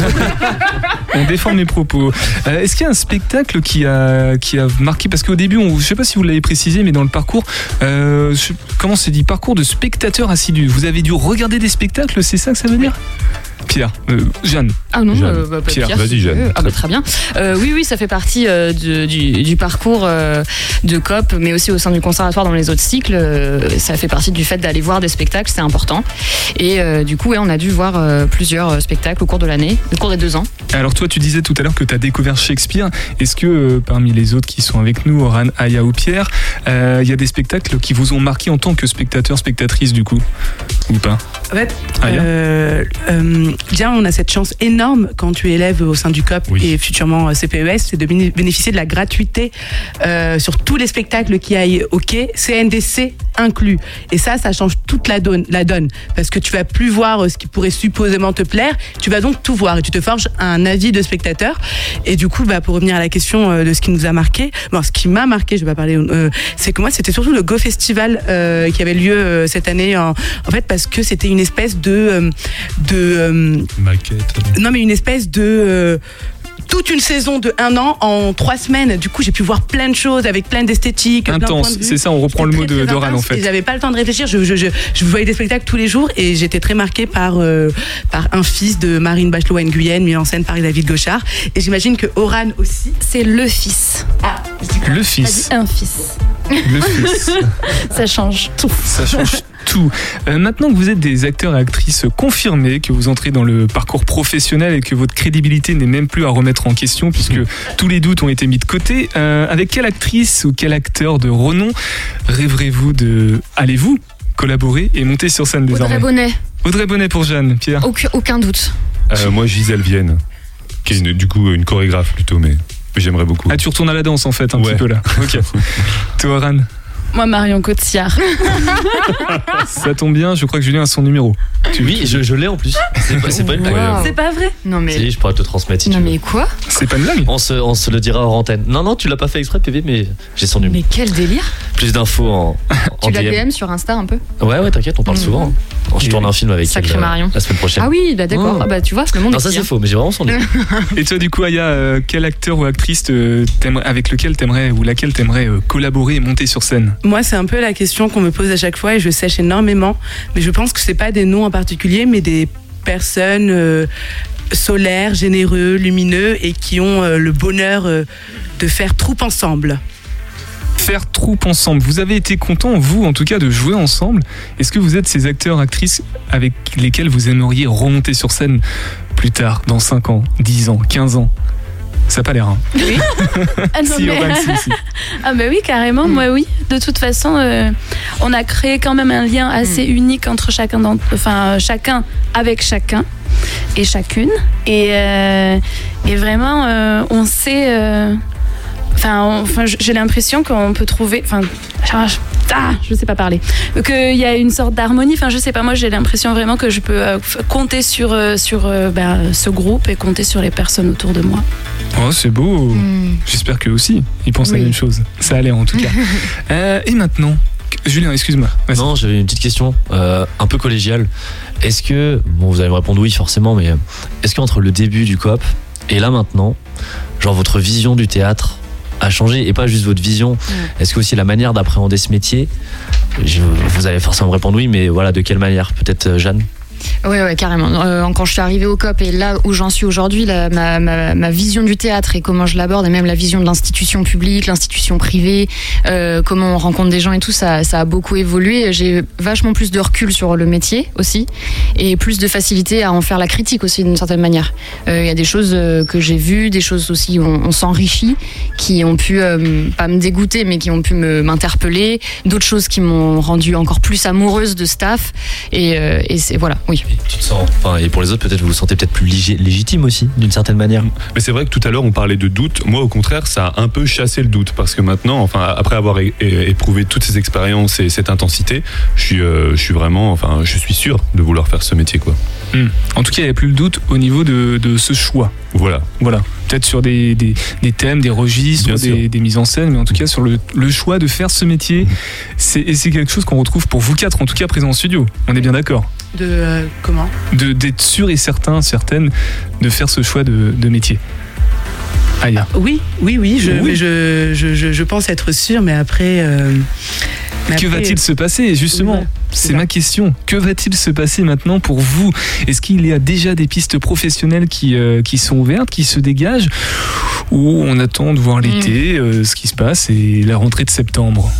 F: On défend mes propos. Euh, est-ce qu'il y a un spectacle qui a, qui a marqué, parce qu'au début, on, je sais pas si vous l'avez précisé, mais dans le parcours, euh, je, comment c'est dit, parcours de spectateurs assidus. Vous avez dû regarder des spectacles, c'est ça que ça veut dire ? Pierre, euh, Jeanne.
B: Ah non,
F: Jeanne.
B: euh, bah,
F: Pierre,
B: Pierre,
F: vas-y,
B: si tu
F: Jeanne.
B: veux. Ah bah, très bien. Euh, oui, oui, ça fait partie euh, de, du, du parcours euh, de C O P, mais aussi au sein du conservatoire dans les autres cycles. Euh, ça fait partie du fait d'aller voir des spectacles, c'est important. Et euh, du coup, ouais, on a dû voir euh, plusieurs spectacles au cours de l'année, au cours des deux ans.
F: Alors toi, tu disais tout à l'heure que tu as découvert Shakespeare. Est-ce que euh, parmi les autres qui sont avec nous, Oran, Aya ou Pierre, il euh, y a des spectacles qui vous ont marqué en tant que spectateur, spectatrice du coup, ou pas ?
K: En fait, euh, euh, déjà, on a cette chance énorme quand tu es élève au sein du C O P oui. et futurement C P E S, c'est de bénéficier de la gratuité euh, sur tous les spectacles qui aillent au quai, C N D C inclus. Et ça, ça change toute la donne, la donne parce que tu vas plus voir ce qui pourrait supposément te plaire, tu vas donc tout voir et tu te forges un avis de spectateur. Et du coup, bah, pour revenir à la question de ce qui nous a marqué, bon, ce qui m'a marqué, je vais pas parler, euh, c'est que moi, c'était surtout le Go Festival euh, qui avait lieu euh, cette année, en, en fait, parce que c'était une espèce de euh, de euh,
D: maquette.
K: Non, mais une espèce de euh, toute une saison de un an en trois semaines. Du coup, j'ai pu voir plein de choses avec plein d'esthétiques.
F: Intense, c'est ça, on reprend le mot de Doran en fait.
K: Et j'avais pas le temps de réfléchir. Je, je, je, je voyais des spectacles tous les jours et j'étais très marquée par, euh, par Un fils de Marine Bachelot-Nguyen, mis en scène par David Gauchard. Et j'imagine que Oran aussi.
J: C'est Le Fils.
K: Ah,
F: Le Fils.
J: Un fils.
F: Le Fils.
J: Ça change tout.
F: Ça change tout. Euh, maintenant que vous êtes des acteurs et actrices confirmés, que vous entrez dans le parcours professionnel et que votre crédibilité n'est même plus à remettre en question puisque tous les doutes ont été mis de côté, euh, avec quelle actrice ou quel acteur de renom rêverez-vous de... Allez-vous collaborer et monter sur scène désormais ?
B: Audrey Bonnet.
F: Audrey Bonnet pour Jeanne. Pierre ?
B: Aucun, aucun doute.
D: Euh, moi, Gisèle Vienne, qui est une, du coup une chorégraphe plutôt, mais j'aimerais beaucoup.
F: Ah, tu retournes à la danse en fait, un
D: ouais.
F: petit peu là. Ok. Toi, Oran ?
J: Moi, Marion Cotillard.
F: Ça tombe bien, je crois que Julien a son numéro.
G: Tu oui, je, je l'ai en plus. C'est pas, c'est pas une blague.
J: Wow. C'est pas vrai.
B: Non mais.
G: Si, je pourrais te transmettre. Si
B: non
G: tu
B: mais quoi ?
F: C'est pas une blague.
G: On se, on se le dira hors antenne. Non, non, tu l'as pas fait exprès, P V, mais j'ai son numéro.
B: Mais quel délire !
G: Plus d'infos en, en
B: Tu l'as
G: D M.
B: D M sur Insta un peu ?
G: Ouais, ouais, t'inquiète, on parle mmh. souvent. Je tourne un film avec
B: Sacré
G: elle
B: Marion.
G: la semaine prochaine.
B: Ah oui, bah d'accord.
G: Mmh.
B: Ah bah tu vois, le monde
G: non,
B: est
G: ça
B: petit,
G: c'est
B: hein.
G: faux, mais j'ai vraiment son numéro.
F: Et toi, du coup, Aya, euh, quel acteur ou actrice te, avec lequel t'aimerais ou laquelle t'aimerais euh, collaborer et monter sur scène ?
K: Moi, c'est un peu la question qu'on me pose à chaque fois et je sèche énormément. Mais je pense que c'est pas des noms en particulier, mais des personnes euh, solaires, généreux, lumineux et qui ont euh, le bonheur euh, de faire troupe ensemble.
F: Faire troupe ensemble. Vous avez été content, vous en tout cas, de jouer ensemble. Est-ce que vous êtes ces acteurs, actrices avec lesquels vous aimeriez remonter sur scène plus tard, dans cinq ans, dix ans, quinze ans ? Ça n'a pas l'air, hein.
J: Oui. Ah, non,
F: si,
J: mais...
F: Oran, si, si.
J: Ah bah oui, carrément, mm. moi oui. De toute façon, euh, on a créé quand même un lien assez mm. unique entre chacun d'entre, enfin chacun avec chacun et chacune. Et, euh, et vraiment, euh, on sait... Euh, Enfin, enfin, j'ai l'impression qu'on peut trouver. Enfin, ah, je sais pas parler. Qu'il y a une sorte d'harmonie. Enfin, je sais pas. Moi, j'ai l'impression vraiment que je peux euh, compter sur sur euh, ben, ce groupe et compter sur les personnes autour de moi.
F: Oh, c'est beau. Mm. J'espère qu'eux aussi, ils pensent oui. à la même chose. Ça a l'air en tout cas. euh, et maintenant, Julien, excuse-moi. Vas-y.
G: Non, j'avais une petite question, euh, un peu collégiale. Est-ce que, bon, vous allez me répondre oui, forcément, mais est-ce qu'entre le début du C O P et là maintenant, genre votre vision du théâtre a changé, et pas juste votre vision, mmh. est-ce que aussi la manière d'appréhender ce métier, je, vous allez forcément me répondre oui, mais voilà, de quelle manière ? Peut-être Jeanne ?
B: Ouais, ouais, carrément. Euh, quand je suis arrivée au C O P et là où j'en suis aujourd'hui, la, ma, ma, ma vision du théâtre et comment je l'aborde, et même la vision de l'institution publique, l'institution privée, euh, comment on rencontre des gens et tout, ça, ça a beaucoup évolué. J'ai vachement plus de recul sur le métier aussi et plus de facilité à en faire la critique aussi d'une certaine manière. Il euh, y a des choses que j'ai vues, des choses aussi où on, on s'enrichit, qui ont pu euh, pas me dégoûter, mais qui ont pu me, m'interpeller. D'autres choses qui m'ont rendue encore plus amoureuse de staff. Et, euh, et c'est voilà, oui.
G: Et tu te sens, enfin, et pour les autres, peut-être vous vous sentez peut-être plus lég- légitime aussi, d'une certaine manière.
D: Mais c'est vrai que tout à l'heure on parlait de doute. Moi, au contraire, ça a un peu chassé le doute parce que maintenant, enfin, après avoir é- é- éprouvé toutes ces expériences et cette intensité, je suis, euh, je suis vraiment, enfin, je suis sûr de vouloir faire ce métier, quoi.
F: Mmh. En tout cas, il n'y a plus le doute au niveau de, de ce choix.
D: Voilà.
F: Voilà. Peut-être sur des, des, des thèmes, des registres, des, des mises en scène, mais en tout cas sur le, le choix de faire ce métier. C'est, et c'est quelque chose qu'on retrouve pour vous quatre, en tout cas présents en studio. On est bien d'accord.
K: De euh, comment
F: de, D'être sûr et certain, certaine, de faire ce choix de, de métier. Aya.
K: Oui, oui, oui. Je,
F: oui.
K: je, je, je, je pense être sûre, mais après. Euh, mais
F: que
K: après,
F: va-t-il se passer, justement?
K: Oui,
F: c'est
K: c'est
F: ma question. Que va-t-il se passer maintenant pour vous? Est-ce qu'il y a déjà des pistes professionnelles qui, euh, qui sont ouvertes, qui se dégagent, ou on attend de voir l'été, euh, ce qui se passe, et la rentrée de septembre?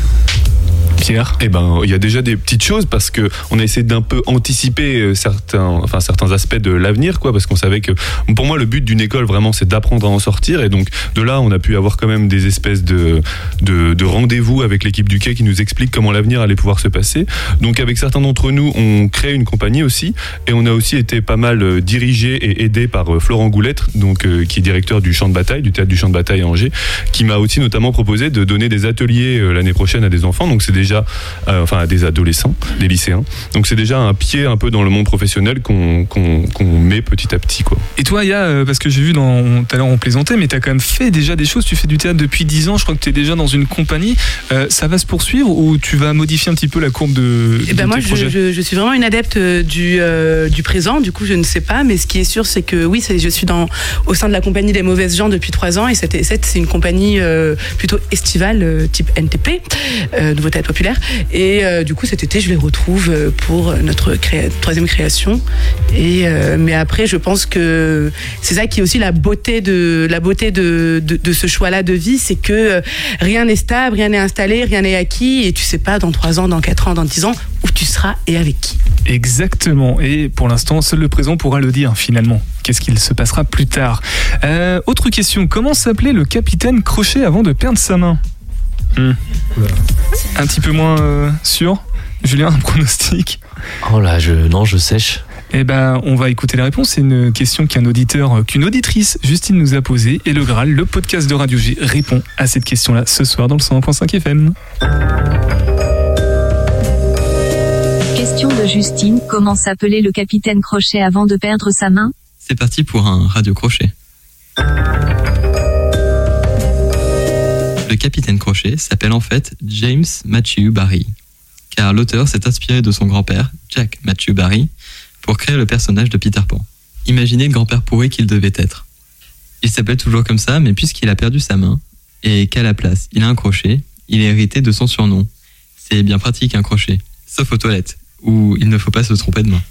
F: Pierre?
D: Eh ben, il y a déjà des petites choses parce que on a essayé d'un peu anticiper certains, enfin certains aspects de l'avenir, quoi, parce qu'on savait que, pour moi, le but d'une école vraiment, c'est d'apprendre à en sortir, et donc de là, on a pu avoir quand même des espèces de de, de rendez-vous avec l'équipe du Quai qui nous explique comment l'avenir allait pouvoir se passer. Donc, avec certains d'entre nous, on crée une compagnie aussi, et on a aussi été pas mal dirigé et aidé par Florent Goulêtre, donc euh, qui est directeur du Champ de Bataille, du théâtre du Champ de Bataille à Angers, qui m'a aussi notamment proposé de donner des ateliers euh, l'année prochaine à des enfants. Donc, c'est déjà Euh, enfin à des adolescents, des lycéens. Donc c'est déjà un pied un peu dans le monde professionnel qu'on, qu'on, qu'on met petit à petit, quoi.
F: Et toi, Aya, euh, parce que j'ai vu dans, tout à l'heure on plaisantait, mais tu as quand même fait déjà des choses. Tu fais du théâtre depuis dix ans, je crois que tu es déjà dans une compagnie. Euh, ça va se poursuivre ou tu vas modifier un petit peu la courbe de,
K: Eh ben
F: de
K: moi,
F: tes
K: je,
F: projets?
K: je, je suis vraiment une adepte du, euh, du présent. Du coup, je ne sais pas, mais ce qui est sûr, c'est que oui, c'est, je suis dans, au sein de la compagnie des Mauvaises Gens depuis trois ans, et cette, cette c'est une compagnie euh, plutôt estivale, euh, type N T P, euh, Nouveau Théâtre Populaire. Et euh, du coup, cet été, je les retrouve pour notre créa- troisième création. Et euh, mais après, je pense que c'est ça qui est aussi la beauté de la beauté de de, de ce choix-là de vie, c'est que euh, rien n'est stable, rien n'est installé, rien n'est acquis, et tu sais pas dans trois ans, dans quatre ans, dans dix ans où tu seras et avec qui.
F: Exactement. Et pour l'instant, seul le présent pourra le dire finalement. Qu'est-ce qu'il se passera plus tard? euh, Autre question. Comment s'appelait le capitaine Crochet avant de perdre sa main? Mmh. Un petit peu moins euh, sûr. Julien, un pronostic?
G: Oh là, je non, je sèche.
F: Eh ben, on va écouter la réponse. C'est une question qu'un auditeur, qu'une auditrice, Justine, nous a posée. Et le Graal, le podcast de Radio G, répond à cette question-là ce soir dans le cent un virgule cinq F M.
Q: Question de Justine. Comment s'appelait le capitaine Crochet avant de perdre sa main?
R: C'est parti pour un radio crochet. Le capitaine Crochet s'appelle en fait James Matthew Barry, car l'auteur s'est inspiré de son grand-père, Jack Matthew Barry, pour créer le personnage de Peter Pan. Imaginez le grand-père pourri qu'il devait être. Il s'appelle toujours comme ça, mais puisqu'il a perdu sa main, et qu'à la place, il a un crochet, il est hérité de son surnom. C'est bien pratique un crochet, sauf aux toilettes, où il ne faut pas se tromper de main.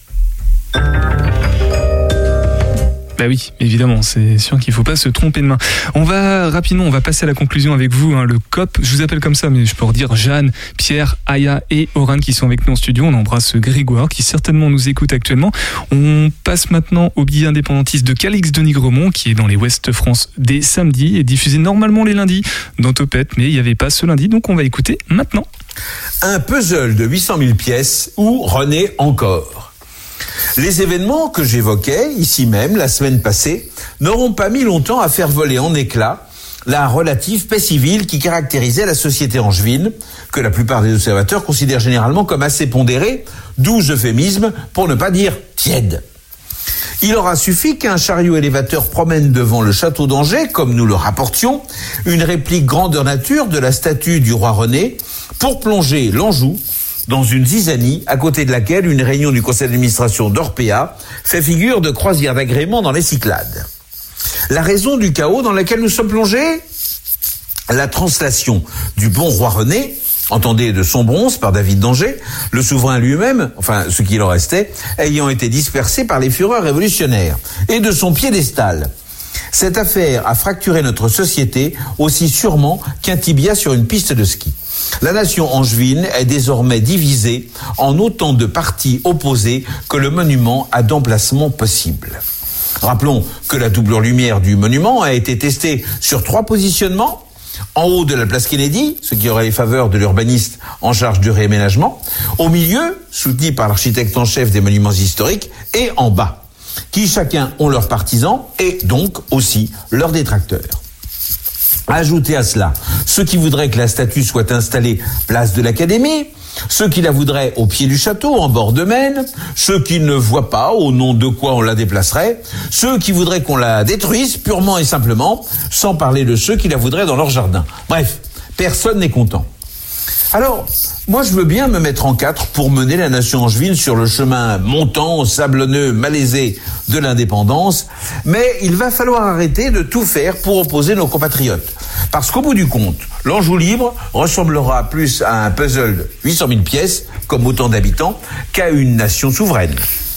F: Bah oui, évidemment, c'est sûr qu'il ne faut pas se tromper de main. On va rapidement, on va passer à la conclusion avec vous, hein, le C O P. Je vous appelle comme ça, mais je peux redire Jeanne, Pierre, Aya et Oran qui sont avec nous en studio. On embrasse Grégoire qui certainement nous écoute actuellement. On passe maintenant au billet indépendantiste de Calix de Nigremont qui est dans les Ouest France dès samedi et diffusé normalement les lundis dans Topette, mais il n'y avait pas ce lundi, donc on va écouter maintenant.
S: Un puzzle de huit cent mille pièces où René encore. Les événements que j'évoquais ici même la semaine passée n'auront pas mis longtemps à faire voler en éclats la relative paix civile qui caractérisait la société angevine, que la plupart des observateurs considèrent généralement comme assez pondérée, douze euphémismes pour ne pas dire tiède. Il aura suffi qu'un chariot élévateur promène devant le château d'Angers, comme nous le rapportions, une réplique grandeur nature de la statue du roi René, pour plonger l'Anjou dans une zizanie à côté de laquelle une réunion du conseil d'administration d'Orpea fait figure de croisière d'agrément dans les Cyclades. La raison du chaos dans lequel nous sommes plongés? La translation du bon roi René Entendez de son bronze par David d'Angers, le souverain lui-même, enfin ce qu'il en restait, ayant été dispersé par les fureurs révolutionnaires, et de son piédestal. Cette affaire a fracturé notre société aussi sûrement qu'un tibia sur une piste de ski. La nation angevine est désormais divisée en autant de parties opposées que le monument a d'emplacements possibles. Rappelons que la doublure lumière du monument a été testée sur trois positionnements. En haut de la place Kennedy, ce qui aurait les faveurs de l'urbaniste en charge du réaménagement, au milieu, soutenu par l'architecte en chef des monuments historiques, et en bas, qui chacun ont leurs partisans et donc aussi leurs détracteurs. Ajoutez à cela ceux qui voudraient que la statue soit installée place de l'Académie, ceux qui la voudraient au pied du château, en bord de Maine, ceux qui ne voient pas au nom de quoi on la déplacerait, ceux qui voudraient qu'on la détruise purement et simplement, sans parler de ceux qui la voudraient dans leur jardin. Bref, personne n'est content. Alors, moi je veux bien me mettre en quatre pour mener la nation angevine sur le chemin montant, sablonneux, malaisé de l'indépendance, mais il va falloir arrêter de tout faire pour opposer nos compatriotes. Parce qu'au bout du compte, l'Anjou libre ressemblera plus à un puzzle de huit cent mille pièces, comme autant d'habitants, qu'à une nation souveraine.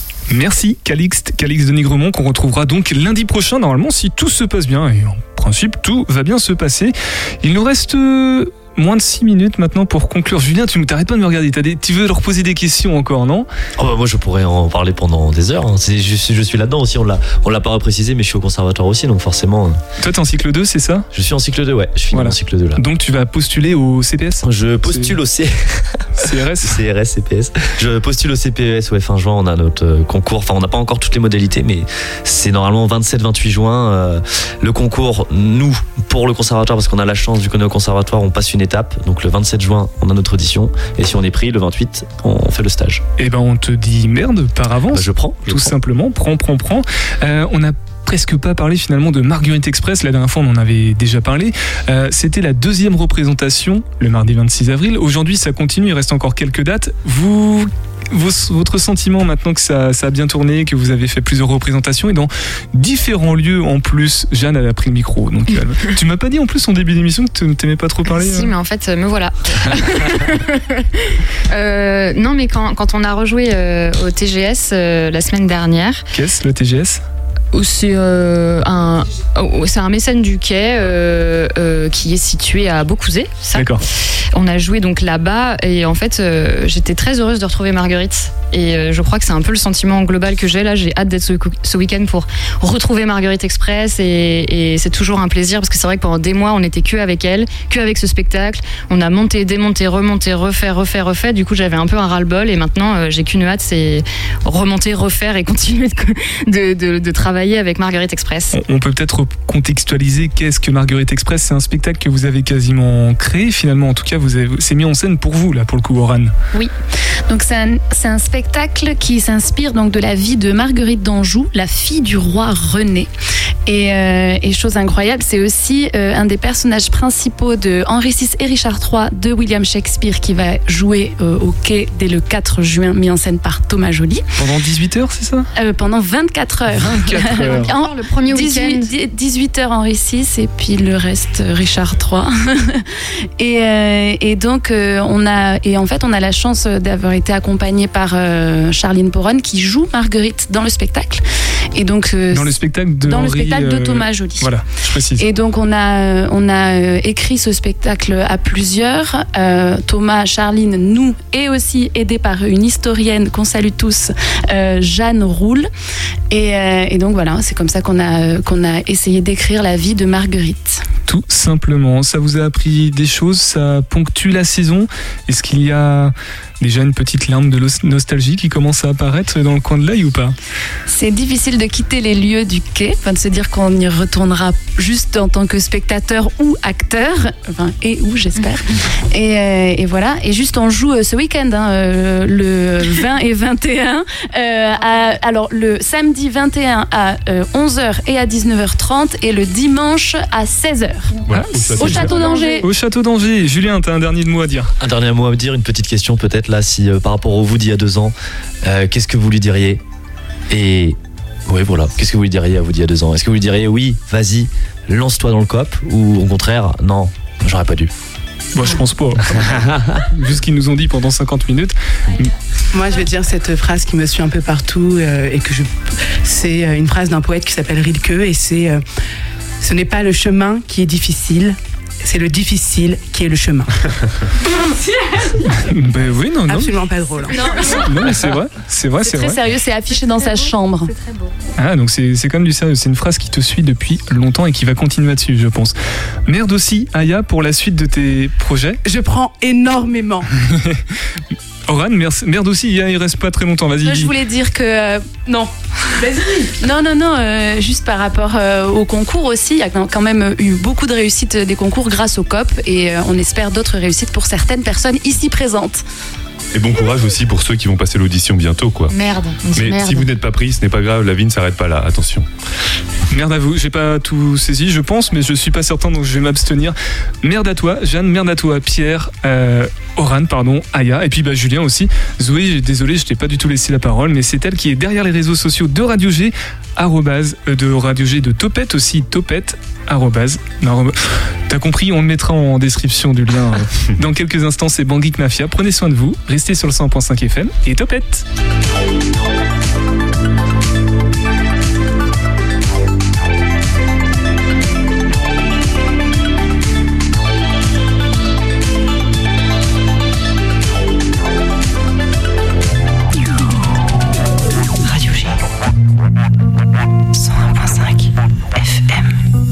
F: Merci Calixte, Calixte de Nigremont, qu'on retrouvera donc lundi prochain, normalement, si tout se passe bien, et en principe, tout va bien se passer. Il nous reste... Euh... moins de six minutes maintenant pour conclure. Julien, tu ne t'arrêtes pas de me regarder. T'as des... Tu veux leur poser des questions encore, non ?
G: Oh bah moi, je pourrais en parler pendant des heures. Hein. C'est, je, je suis là-dedans aussi. On l'a, on l'a pas reprécisé, mais je suis au conservatoire aussi, donc forcément.
F: Toi, t'es en cycle deux, c'est ça ?
G: Je suis en cycle deux, ouais. Je finis
F: voilà.
G: en cycle deux là.
F: Donc, tu vas postuler au C P S ?
G: Je postule au C.
F: C R S.
G: C R S, C P S. Je postule au C P E S. Ouais, fin juin, on a notre concours. Enfin, on n'a pas encore toutes les modalités, mais c'est normalement vingt-sept vingt-huit juin. Euh, le concours, nous, pour le conservatoire, parce qu'on a la chance, vu qu'on est au conservatoire, on passe une étape. Donc le vingt-sept juin, on a notre audition. Et si on est pris, le vingt-huit, on fait le stage.
F: Eh ben, on te dit merde par avance.
G: Bah, je prends. Je
F: tout
G: prends.
F: simplement. Prends, prends, prends. Euh, on a presque pas parlé finalement de Marguerite Express. La dernière fois, on en avait déjà parlé. Euh, c'était la deuxième représentation, le mardi vingt-six avril. Aujourd'hui, ça continue. Il reste encore quelques dates. Vous... Vos, votre sentiment maintenant que ça, ça a bien tourné, que vous avez fait plusieurs représentations et dans différents lieux en plus. Jeanne, elle a pris le micro. Donc, elle, tu m'as pas dit en plus en début d'émission que tu t'aimais pas trop parler.
B: Si,
F: hein.
B: mais en fait, me voilà. euh, non, mais quand, quand on a rejoué euh, au T G S euh, la semaine dernière.
F: Qu'est-ce le T G S ?
B: C'est euh, un, c'est un mécène du quai euh, euh, qui est situé à Beaucouzé. Ça.
F: D'accord.
B: On a joué donc là-bas et en fait euh, j'étais très heureuse de retrouver Marguerite et euh, je crois que c'est un peu le sentiment global que j'ai là. J'ai hâte d'être ce, ce week-end pour retrouver Marguerite Express et, et c'est toujours un plaisir parce que c'est vrai que pendant des mois on était que avec elle, que avec ce spectacle. On a monté, démonté, remonté, refait, refait, refait. Du coup j'avais un peu un ras-le-bol et maintenant euh, j'ai qu'une hâte, c'est remonter, refaire et continuer de, de, de, de travailler avec Marguerite Express.
F: On peut peut-être contextualiser qu'est-ce que Marguerite Express. C'est un spectacle que vous avez quasiment créé finalement. En tout cas, vous avez, c'est mis en scène pour vous là, pour le coup, Oran.
J: Oui. Donc c'est un, c'est un spectacle qui s'inspire donc de la vie de Marguerite d'Anjou, la fille du roi René. Et, euh, et chose incroyable, c'est aussi euh, un des personnages principaux de Henri six et Richard trois de William Shakespeare qui va jouer euh, au Quai dès le quatre juin, mis en scène par Thomas Joly.
F: Pendant dix-huit heures, c'est ça ?
J: euh, Pendant vingt-quatre heures.
F: vingt-quatre heures.
J: En,
B: le premier week-end.
J: dix-huit heures Henri six et puis le reste Richard trois. et, euh, et donc euh, on a et en fait on a la chance d'avoir été accompagné par euh, Charline Poron qui joue Marguerite dans le spectacle. Et donc euh,
F: dans le spectacle de
J: dans
F: Henri,
J: le spectacle de
F: euh,
J: Thomas Joly.
F: Voilà, je précise.
J: Et donc on a on a euh, écrit ce spectacle à plusieurs. Euh, Thomas, Charline, nous et aussi aidé par une historienne qu'on salue tous, euh, Jeanne Roule. Et, euh, et donc voilà, c'est comme ça qu'on a qu'on a essayé d'écrire la vie de Marguerite.
F: Tout simplement. Ça vous a appris des choses, ça ponctue la saison. Est-ce qu'il y a déjà une petite larme de nostalgie qui commence à apparaître dans le coin de l'œil ou pas ?
J: C'est difficile de quitter les lieux du quai, enfin de se dire qu'on y retournera juste en tant que spectateur ou acteur, enfin et ou j'espère. Et, euh, et voilà. Et juste on joue euh, ce week-end, hein, euh, le vingt et vingt et un. Euh, à, alors le samedi vingt et un à euh, onze heures et à dix-neuf heures trente et le dimanche à seize heures.
F: Voilà,
J: au Château d'Angers.
F: Au Château d'Angers. Julien, t'as un dernier mot à dire ?
G: Un dernier mot à me dire, une petite question peut-être là, si euh, par rapport au vous d'il y a deux ans, euh, qu'est-ce que vous lui diriez ? Et oui, voilà, qu'est-ce que vous lui diriez à vous d'il y a deux ans ? Est-ce que vous lui diriez oui, vas-y, lance-toi dans le C O P, ou au contraire, non, j'aurais pas dû ?
F: Bon, je pense pas. Vu ce qu'ils nous ont dit pendant cinquante minutes.
K: Moi, je vais dire cette phrase qui me suit un peu partout euh, et que je. C'est une phrase d'un poète qui s'appelle Rilke et c'est euh, ce n'est pas le chemin qui est difficile, c'est le difficile qui est le chemin.
F: Ben oui, non, non.
K: Absolument pas drôle. Hein.
B: Non.
F: Non, mais c'est vrai, c'est vrai, c'est,
B: C'est très
F: vrai.
B: sérieux, c'est affiché dans sa chambre.
J: C'est très beau.
F: Ah, donc c'est, c'est comme du sérieux. C'est une phrase qui te suit depuis longtemps et qui va continuer à te suivre, je pense. Merde aussi, Aya, pour la suite de tes projets.
K: Je prends énormément.
F: Oran, merci- merde aussi, il reste pas très longtemps, vas-y.
B: Moi, je
F: dis.
B: voulais dire que euh, non.
K: Vas-y.
B: Non, non, non, euh, juste par rapport euh, au concours aussi, il y a quand même eu beaucoup de réussites des concours grâce au C O P et euh, on espère d'autres réussites pour certaines personnes ici présentes.
D: Et bon courage aussi pour ceux qui vont passer l'audition bientôt, quoi.
B: Merde, on dit
D: Mais
B: merde.
D: si vous n'êtes pas pris, ce n'est pas grave, la vie ne s'arrête pas là, attention.
F: Merde à vous, j'ai pas tout saisi, je pense, mais je suis pas certain, donc je vais m'abstenir. Merde à toi, Jeanne, merde à toi, Pierre, euh, Oran, pardon, Aya, et puis bah, Julien aussi. Zoé, désolé, je t'ai pas du tout laissé la parole, mais c'est elle qui est derrière les réseaux sociaux de Radio G, arrobase, euh, de Radio G, de Topette aussi, Topette, arrobase. Non, arroba- T'as compris, on le mettra en description du lien. euh. Dans quelques instants, c'est Banggeek Mafia. Prenez soin de vous, restez sur le cent point cinq F M et Topette.
C: Radio G. cent un point cinq F M.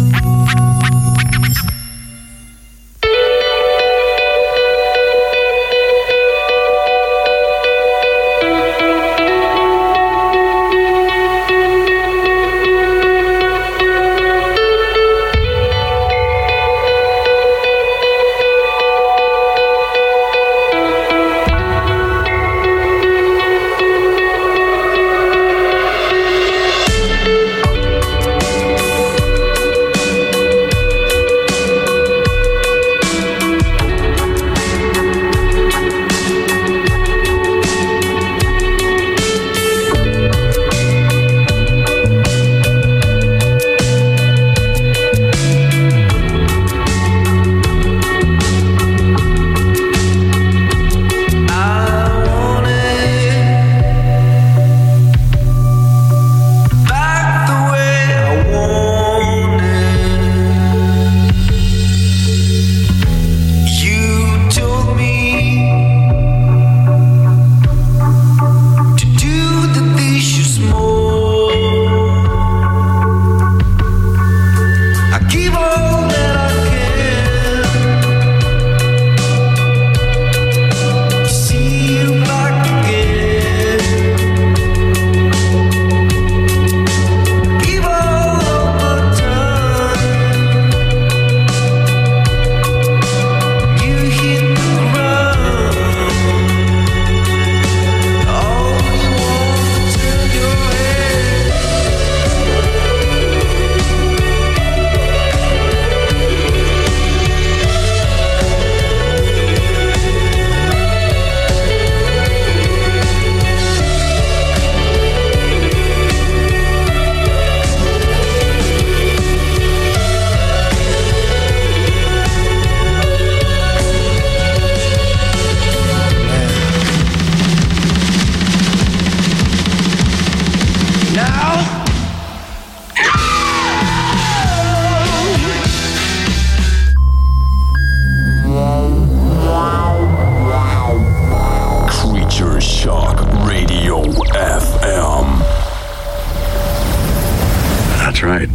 T: That's right.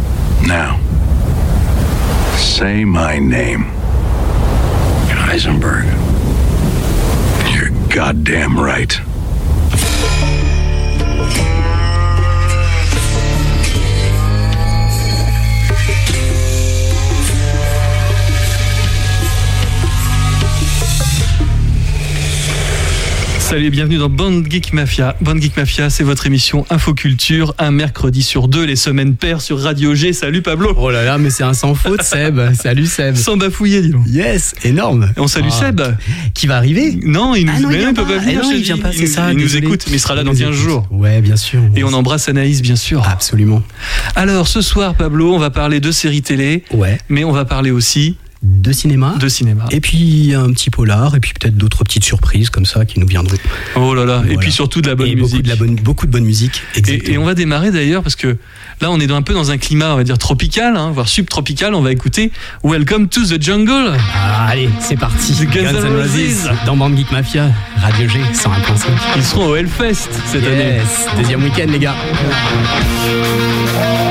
T: Now, say my name. Heisenberg. You're goddamn right.
R: Salut et bienvenue dans Band Geek Mafia. Band Geek Mafia, c'est votre émission Infoculture, un mercredi sur deux, les semaines paires sur Radio G. Salut Pablo.
U: Oh là là, mais c'est un sans faute, Seb. Salut Seb.
R: Sans bafouiller, dis donc.
U: Yes, énorme.
R: Et on salue
U: Ah.
R: Seb.
U: Qui va arriver.
R: Non, il nous,
U: Ah non,
R: mais
U: il
R: non,
U: vient
R: il peut
U: pas.
R: pas venir.
U: Ah non,
R: je
U: il
R: te
U: vient
R: dis.
U: pas, c'est
R: Il-
U: ça,
R: Il nous
U: désolé.
R: écoute, mais il sera là
U: Il
R: dans
U: nous
R: quinze
U: écoute.
R: jours.
U: Ouais, bien sûr.
R: Et on embrasse Anaïs, bien sûr.
U: Absolument.
R: Alors, ce soir, Pablo, on va parler de séries télé.
U: Ouais.
R: Mais on va parler aussi
U: de cinéma.
F: De cinéma.
U: Et puis un petit polar, et puis peut-être d'autres petites surprises comme ça qui nous viendront.
F: Oh là là,
U: Voilà.
F: et puis surtout de la bonne
U: et
F: musique.
U: Beaucoup de, la bonne, beaucoup de bonne musique,
F: et, et on va démarrer d'ailleurs parce que là on est dans, un peu dans un climat on va dire tropical, hein, voire subtropical. On va écouter Welcome to the Jungle.
U: Ah, allez, c'est parti.
F: The Guns N' Roses
U: dans Band Geek Mafia, Radio G cent un virgule cinq.
F: Ils seront au Hellfest cette
U: yes,
F: année.
U: Deuxième week-end les gars.